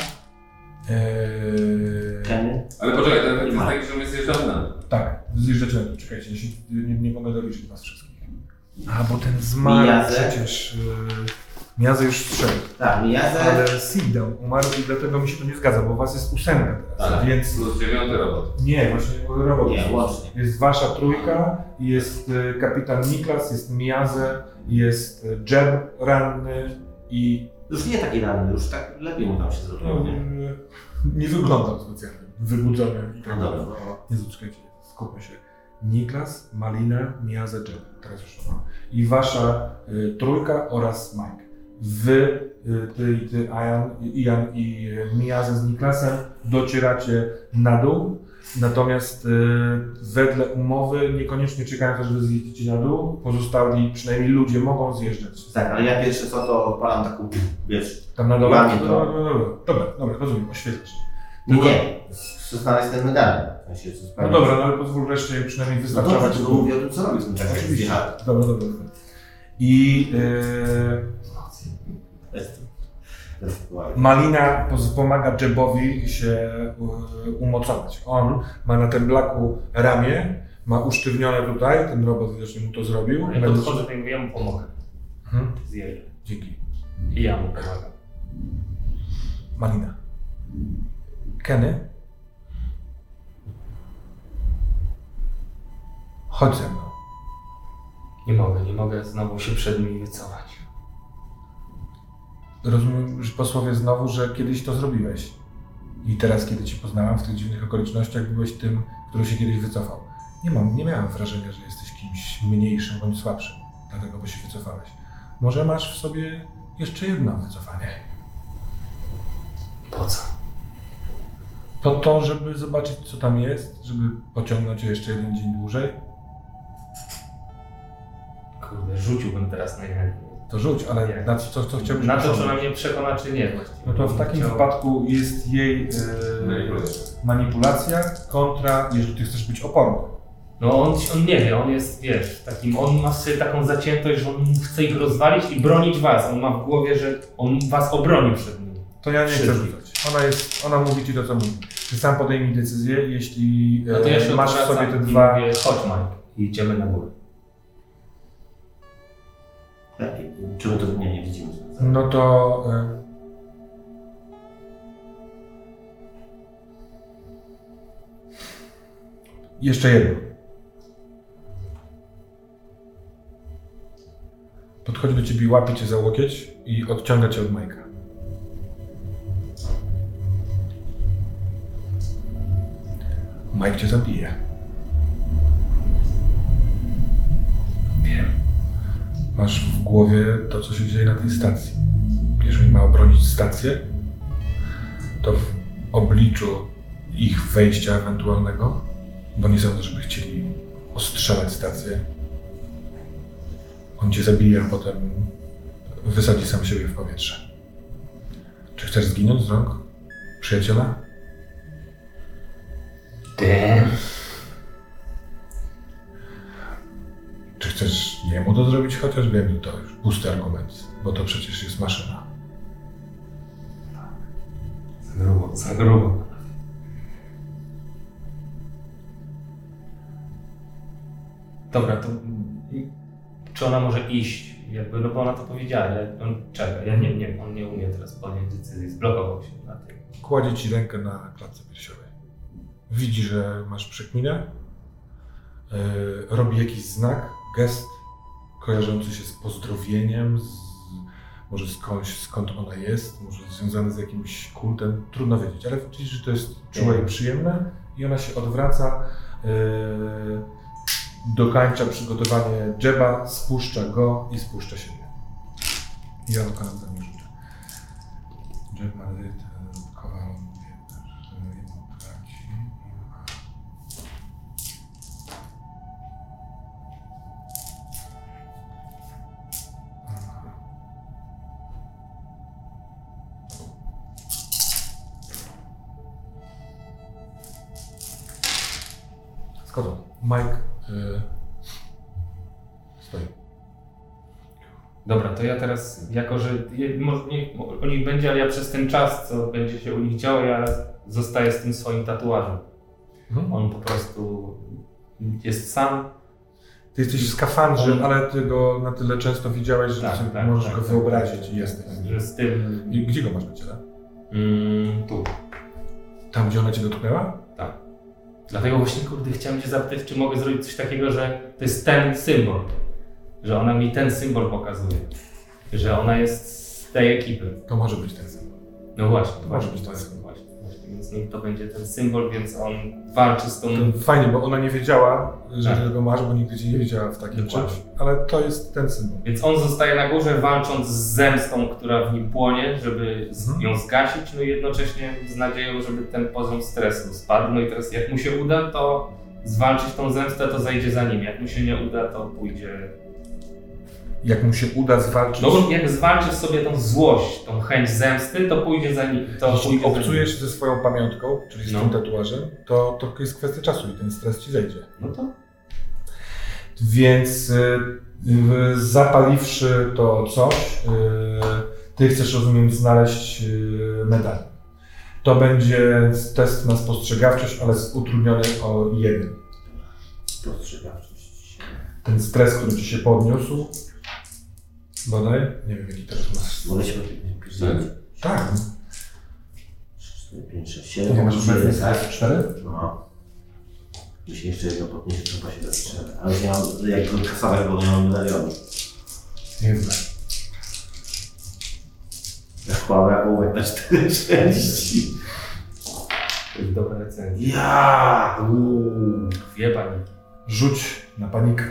yy, Kenny? Ale poczekaj, ten efekt jest taki, że my zjeżdżamy na dół. tak, zjeżdżacie na to, czekajcie, ja się, nie, nie mogę doliczyć was wszystkich. A, bo ten zmarł Miazę? przecież, yy, Miazę już strzelił. Tak, Miazę. Ale Sigdał umarł i dlatego mi się to nie zgadza, bo was jest ósemka teraz, Tak, więc... plus dziewiąty robot. Nie, właśnie robot. Nie, łącznie. Jest wasza trójka, jest y, kapitan Niklas, jest Miazę, jest y, Jeb ranny i Już nie taki ranny, już tak lepiej mu tam się zrobiło, no, nie? y, nie wyglądał specjalnie wybudzony i tak No dalej. dobra, no. Jezu, czekajcie, skupmy się. Niklas, Malina, Miazę, Jeb. Teraz już to mam. I wasza y, trójka oraz Mike. Wy, y, ty i ty, Ian, Ian i y, Miazę z Niklasem docieracie na dół. Natomiast y, wedle umowy niekoniecznie czekają też, że wy zjedziecie na dół. Pozostali, przynajmniej ludzie, mogą zjeżdżać. Tak, ale ja pierwsze co to odpalam taką, wiesz, Tam na dole? Łamie to. Dobra, dobra, dobra, dobra, dobra, rozumiem, oświetlasz. nie, Tylko- nie, chcę znaleźć ten medalion. W sensie, co No sprawi- dobra, no ale pozwól wreszcie przynajmniej No dobrze, wystarczować. tylko mówię o tym, co robię z tym czasem. jak Oczywiście. zjechałem. Dobra, dobra, dobra. I yy, Malina poz- pomaga Jebowi się y, umocować. On ma na tym blaku ramię, ma usztywnione tutaj, ten robot widocznie mu to zrobił. Ja podchodzę do niego, ja mu pomogę. Mhm. Zjeżdżę. Dzięki. I ja mu pomagam. Malina. Kenny? Chodź ze mną. Nie mogę, nie mogę znowu się przed nimi wycofać. Rozumiem, że posłowie znowu, że kiedyś to zrobiłeś. I teraz, kiedy cię poznałam w tych dziwnych okolicznościach, byłeś tym, który się kiedyś wycofał. Nie mam, nie miałem wrażenia, że jesteś kimś mniejszym bądź słabszym, dlatego bo się wycofałeś. Może masz w sobie jeszcze jedno wycofanie. Po co? Po to, żeby zobaczyć, co tam jest, żeby pociągnąć cię jeszcze jeden dzień dłużej. Kurde, rzuciłbym teraz najchętniej. To rzuć, ale Nie. na co, co chciałbyś Na to, czy osiągnąć? ona mnie przekona, czy nie właściwie. No to w takim Chciał- wypadku jest jej e, manipulacja kontra, jeżeli ty chcesz być oporny. No on, on nie wie, on jest, wiesz, takim, on ma sobie taką zaciętość, że on chce ich rozwalić i bronić was. On ma w głowie, że on was obroni przed nim. To ja nie chcę Wszystkich. rzucać. Ona, jest, ona mówi ci to, co mówi. Ty sam podejmij decyzję, jeśli No to ja się e, masz w odwracam sobie te i dwa... mówię, chodź Mike, i idziemy na górę. Tak, czy my to nie, nie widzimy? No to... E, jeszcze jedno. Podchodzi do ciebie i łapie cię za łokieć i odciąga cię od Majka. Mike cię zabije. Wiem. Masz w głowie to, co się dzieje na tej stacji. Jeżeli ma obronić stację, to w obliczu ich wejścia ewentualnego, bo nie sądzę, żeby chcieli ostrzelać stację, on cię zabije, a potem wysadzi sam siebie w powietrze. Czy chcesz zginąć z rąk przyjaciela? Damn. Czy chcesz jemu to zrobić? Chociaż wiem, że to już pusty argument, bo to przecież jest maszyna. Za grubo, za grubo. Dobra, to czy ona może iść? Jakby, no bo ona to powiedziała, ja, on czeka, ja nie, nie, on nie umie teraz podjąć decyzji, zblokował się na tym. Kładzie ci rękę na klatce piersiowej. Widzi, że masz przekminę. Yy, robi jakiś znak, gest kojarzący się z pozdrowieniem, z, może skądś, skąd ona jest, może związany z jakimś kultem, trudno wiedzieć, ale widzisz, że to jest czułe i przyjemne i ona się odwraca, yy, dokańcza przygotowanie dżeba, spuszcza go i spuszcza siebie. I ja dokonam za mnie rzucę. Dżeb ma kowal, jedno traci. Zgoda. Mike yy, stoi. Dobra, to ja teraz, jako że je, może nie, o nich będzie, ale ja przez ten czas, co będzie się u nich działo, ja zostaję z tym swoim tatuażem. Mhm. On po prostu jest sam. Ty jesteś w skafandrze, On- ale ty go na tyle często widziałeś, że Tak, sobie tak, możesz tak, go tak, wyobrazić tak, i jesteś. tak, że z tym... I gdzie go masz na ciele? Mm, tu. Tam, gdzie ona cię dotknęła? Tak. Dlatego właśnie, kurde, chciałem cię zapytać, czy mogę zrobić coś takiego, że to jest ten symbol. Że ona mi ten symbol pokazuje. Że ona jest z tej ekipy. To może być ten symbol. No właśnie, To właśnie, może być ten właśnie, symbol. właśnie, właśnie. Więc niech to będzie ten symbol, więc on walczy z tą... To fajnie, bo ona nie wiedziała, że Tak. go masz, bo nigdy cię nie widziała w takim Dokładnie. czymś, ale to jest ten symbol. Więc on zostaje na górze, walcząc z zemstą, która w nim płonie, żeby z, Mhm. ją zgasić, no i jednocześnie z nadzieją, żeby ten poziom stresu spadł. No i teraz jak mu się uda, to zwalczyć tą zemstę, to zajdzie za nim. Jak mu się nie uda, to pójdzie... Jak mu się uda zwalczyć, No bo jak zwalczysz sobie tą złość, tą chęć zemsty, to pójdzie za nim. To jeśli pójdzie za nim. obcujesz ze swoją pamiątką, czyli z No. tym tatuażem, to, to jest kwestia czasu i ten stres ci zejdzie. No to... Więc y, y, zapaliwszy to coś, y, ty chcesz, rozumiem, znaleźć y, medal. To będzie test na spostrzegawczość, ale utrudniony o jeden. Spostrzegawczość. Ten stres, który ci się podniósł, bodaj, nie wiem jaki teraz masz. Mogę się pisać? Tak. cztery, pięć, sześć, Nie siedem, masz osiem, obecnie dziewięć. cztery? No. Jeśli jeszcze jedno podniesie, to chyba się zastrzelę. Ale nie mam, jak go kasować, bo nie mam medalionu. Nie wiem. Ja wkładam jak ołówek na cztery sześć. To jest dobra recenzja. Ja! Uuu. Wie pani. Rzuć na panikę.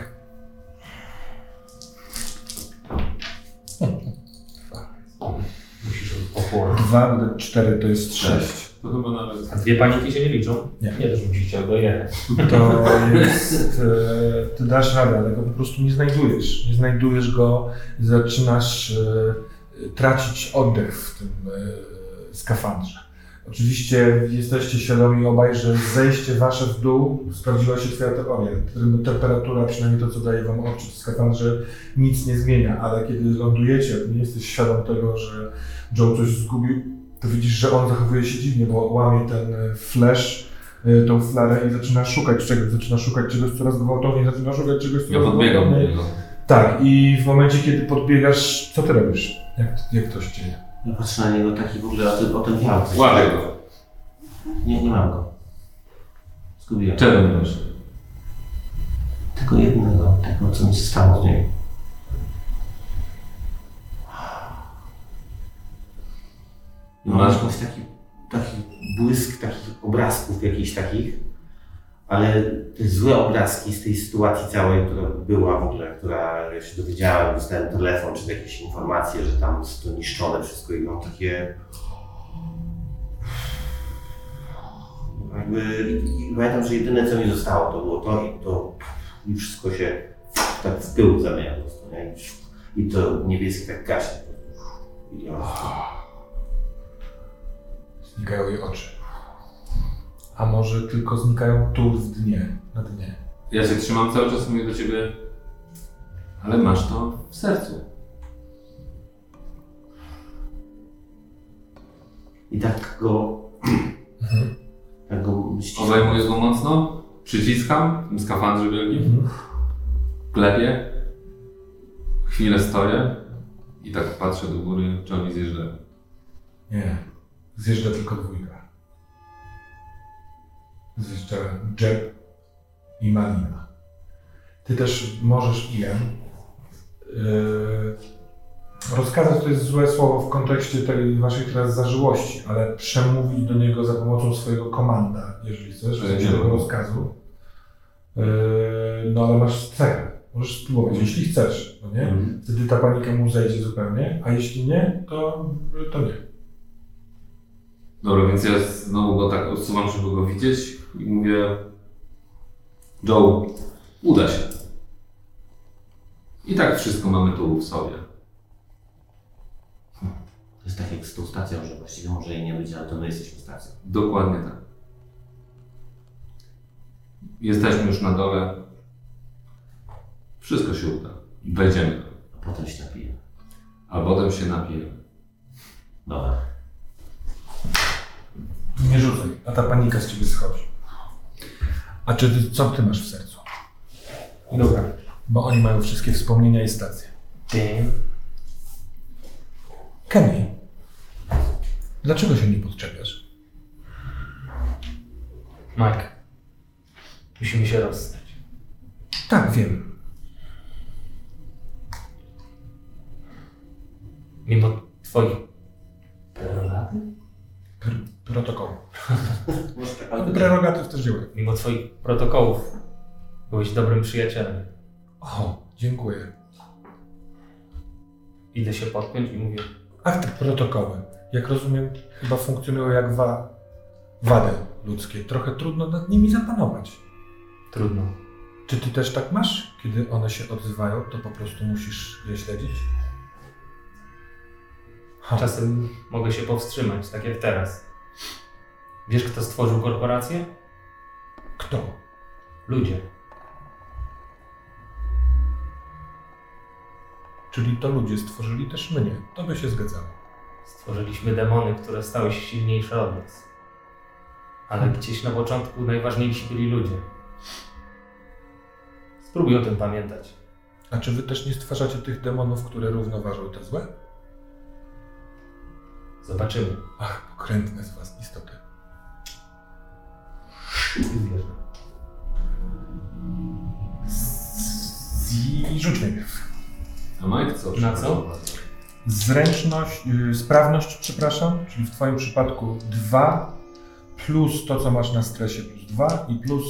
Musisz oporu. dwa, cztery to jest sześć. to chyba nawet... A dwie paniki się nie liczą? Nie. Nie, też musisz chciał do jeden. To jest, e, ty dasz radę, ale go po prostu nie znajdujesz. Nie znajdujesz go, zaczynasz e, tracić oddech w tym e, skafandrze. Oczywiście jesteście świadomi obaj, że zejście wasze w dół, sprawdziła się twoja teoria. Temperatura, przynajmniej to co daje wam oczy w skafandrze, nic nie zmienia, ale kiedy lądujecie, nie jesteś świadom tego, że Joe coś zgubił, to widzisz, że on zachowuje się dziwnie, bo łamie ten flash, tą flarę i zaczyna szukać czegoś, zaczyna szukać czegoś coraz gwałtowniej, zaczyna szukać czegoś coraz Ja podbiegam do gwałtowniej. niego. Tak, i w momencie, kiedy podbiegasz, co ty robisz? Jak, jak to się dzieje? Ja patrzę na niego taki w ogóle o ten, o ten wiatr. Łapię go. Nie, nie mam go. Zgubiłem. Czego nie masz? Tylko jednego, tego co mi się stało z niej. I mam jakiś taki, taki błysk takich obrazków jakichś takich, ale te złe obrazki z tej sytuacji całej, która była w ogóle, która ja się dowiedziałem, dostałem telefon czy jakieś informacje, że tam jest to niszczone wszystko i mam takie... Jakby, i pamiętam, że jedyne co mi zostało to było to i to i wszystko się tak w pył zamienia po prostu, nie? I, I to niebieskie tak gaśnie. I ja... Znikają jej oczy. A może tylko znikają tu w dnie, na dnie. Ja się trzymam cały czas, mówię do ciebie, ale masz to w sercu. I tak go... Mhm. tak go ściskam. Obejmuję go mocno, przyciskam w tym skafandrze wielkim, Mhm. klepię, chwilę stoję i tak patrzę do góry, czy oni zjeżdżają. Nie, zjeżdża tylko dwójka. Zjeżdża Jeb i Malina. Ty też możesz im yy, rozkazać, to jest złe słowo w kontekście tej waszej teraz zażyłości, ale przemówić do niego za pomocą swojego komanda, jeżeli chcesz, w sensie Nie. tego rozkazu. Yy, no ale masz cechę, możesz spróbować, jeśli chcesz, no nie? Mhm. Wtedy ta panika mu zejdzie zupełnie, a jeśli nie, to, to nie. Dobra, więc ja znowu go tak odsuwam, żeby go widzieć i mówię: Joe, uda się. I tak wszystko mamy tu w sobie. To jest tak jak z tą stacją, że właściwie może jej nie być, ale to my jesteśmy stacją. Dokładnie tak. Jesteśmy już na dole. Wszystko się uda. Wejdziemy. A potem się napijemy. A potem się napijemy. Dobra. Nie rzucaj, a ta panika z ciebie schodzi. A czy ty, co ty masz w sercu? Dobra. Bo oni mają wszystkie wspomnienia i stacje. Ty. Kenny, dlaczego się nie podczepiasz? Mike. Musimy się rozstać. Tak, wiem. Mimo twoich prerogatyw? Pr- protokół. Może tak, Ale ale prerogatyw też działa. Mimo twoich protokołów byłeś dobrym przyjacielem. O, dziękuję. Idę się podpiąć i mówię: Ach, te protokoły, jak rozumiem, chyba funkcjonują jak wa- wady ludzkie. Trochę trudno nad nimi zapanować. trudno. Czy ty też tak masz? Kiedy one się odzywają, to po prostu musisz je śledzić? Ha. Czasem mogę się powstrzymać, tak jak teraz. Wiesz, kto stworzył korporację? Kto? Ludzie. Czyli to ludzie stworzyli też mnie. To by się zgadzało. Stworzyliśmy demony, które stały się silniejsze od nas. Ale gdzieś na początku najważniejsi byli ludzie. Spróbuj o tym pamiętać. A czy wy też nie stwarzacie tych demonów, które równoważą te złe? Zobaczymy. Ach, pokrętne z was istoty. Wierzę. I rzuć najpierw. A Mike co? Na co? Zręczność, yy, sprawność, przepraszam, czyli w twoim przypadku dwa plus to, co masz na stresie, plus dwa i plus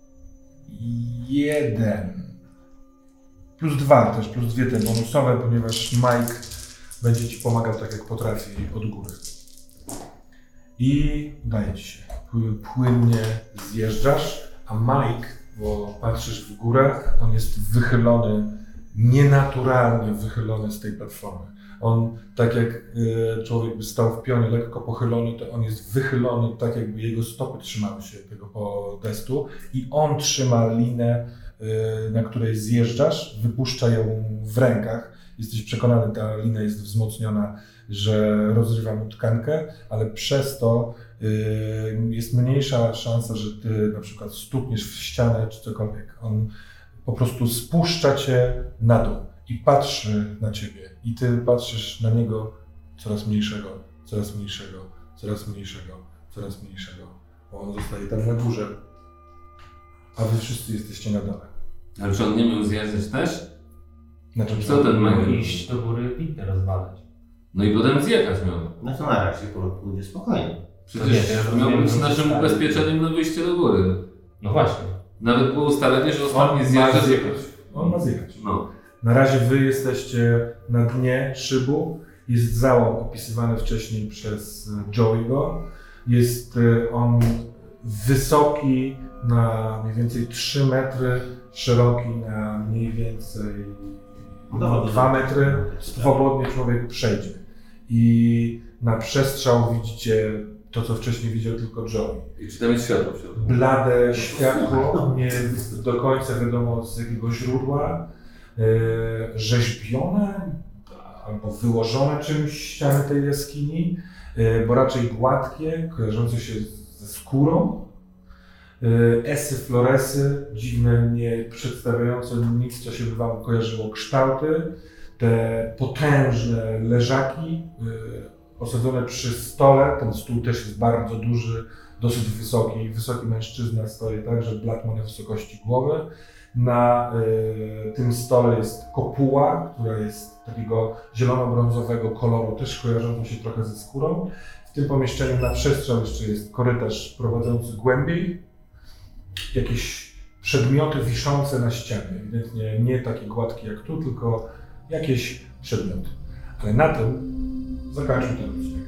jeden. Plus dwa też, plus dwie te bonusowe, ponieważ Mike będzie ci pomagał tak, jak potrafi od góry. I udaje ci się. Płynnie zjeżdżasz, a Mike, bo patrzysz w górę, on jest wychylony, nienaturalnie wychylony z tej platformy. On, tak jak y, człowiek by stał w pionie lekko pochylony, to on jest wychylony tak, jakby jego stopy trzymały się tego podestu i on trzyma linę, y, na której zjeżdżasz, wypuszcza ją w rękach. Jesteś przekonany, ta lina jest wzmocniona, że rozrywa mu tkankę, ale przez to y, jest mniejsza szansa, że ty na przykład stukniesz w ścianę czy cokolwiek. On po prostu spuszcza cię na dół i patrzy na ciebie. I ty patrzysz na niego coraz mniejszego, coraz mniejszego, coraz mniejszego, coraz mniejszego. Bo on zostaje tam na górze, a wy wszyscy jesteście na dole. Ale czy on nie miał zjeżdżać też? Znaczy, Co ten Miał Mike? iść do góry pitę rozwalać. No i potem zjechać miał. No to na razie pójdzie spokojnie. Przecież To nie, to ja miał rozumiem, być że naszym stary- ubezpieczeniem na wyjście do góry. No właśnie. Nawet było ustalenie, że ostatni on ma zjeżdża. zjechać. On ma zjechać. No. Na razie wy jesteście na dnie szybu. Jest załom opisywany wcześniej przez Joey'ego. Jest y, on wysoki na mniej więcej trzy metry, szeroki na mniej więcej no, dwa metry. Swobodnie człowiek przejdzie. I na przestrzał widzicie to, co wcześniej widział tylko Joey. I czy tam jest światło w środku? Blade światło, nie do końca wiadomo z jakiego źródła, yy, rzeźbione albo wyłożone czymś ściany tej jaskini, yy, bo raczej gładkie, kojarzące się ze skórą. Yy, esy, floresy, dziwne, nie przedstawiające nic, co się by wam kojarzyło, kształty, te potężne leżaki, yy, osadzone przy stole. Ten stół też jest bardzo duży, dosyć wysoki. Wysoki mężczyzna stoi tak, że blat ma na wysokości głowy. Na y, tym stole jest kopuła, która jest takiego zielono-brązowego koloru, też kojarzącą się trochę ze skórą. W tym pomieszczeniu na przestrzał jeszcze jest korytarz prowadzący głębiej. Jakieś przedmioty wiszące na ścianie. Ewidentnie nie takie gładkie jak tu, tylko jakieś przedmioty. Ale na tym zakończył ten odcinek.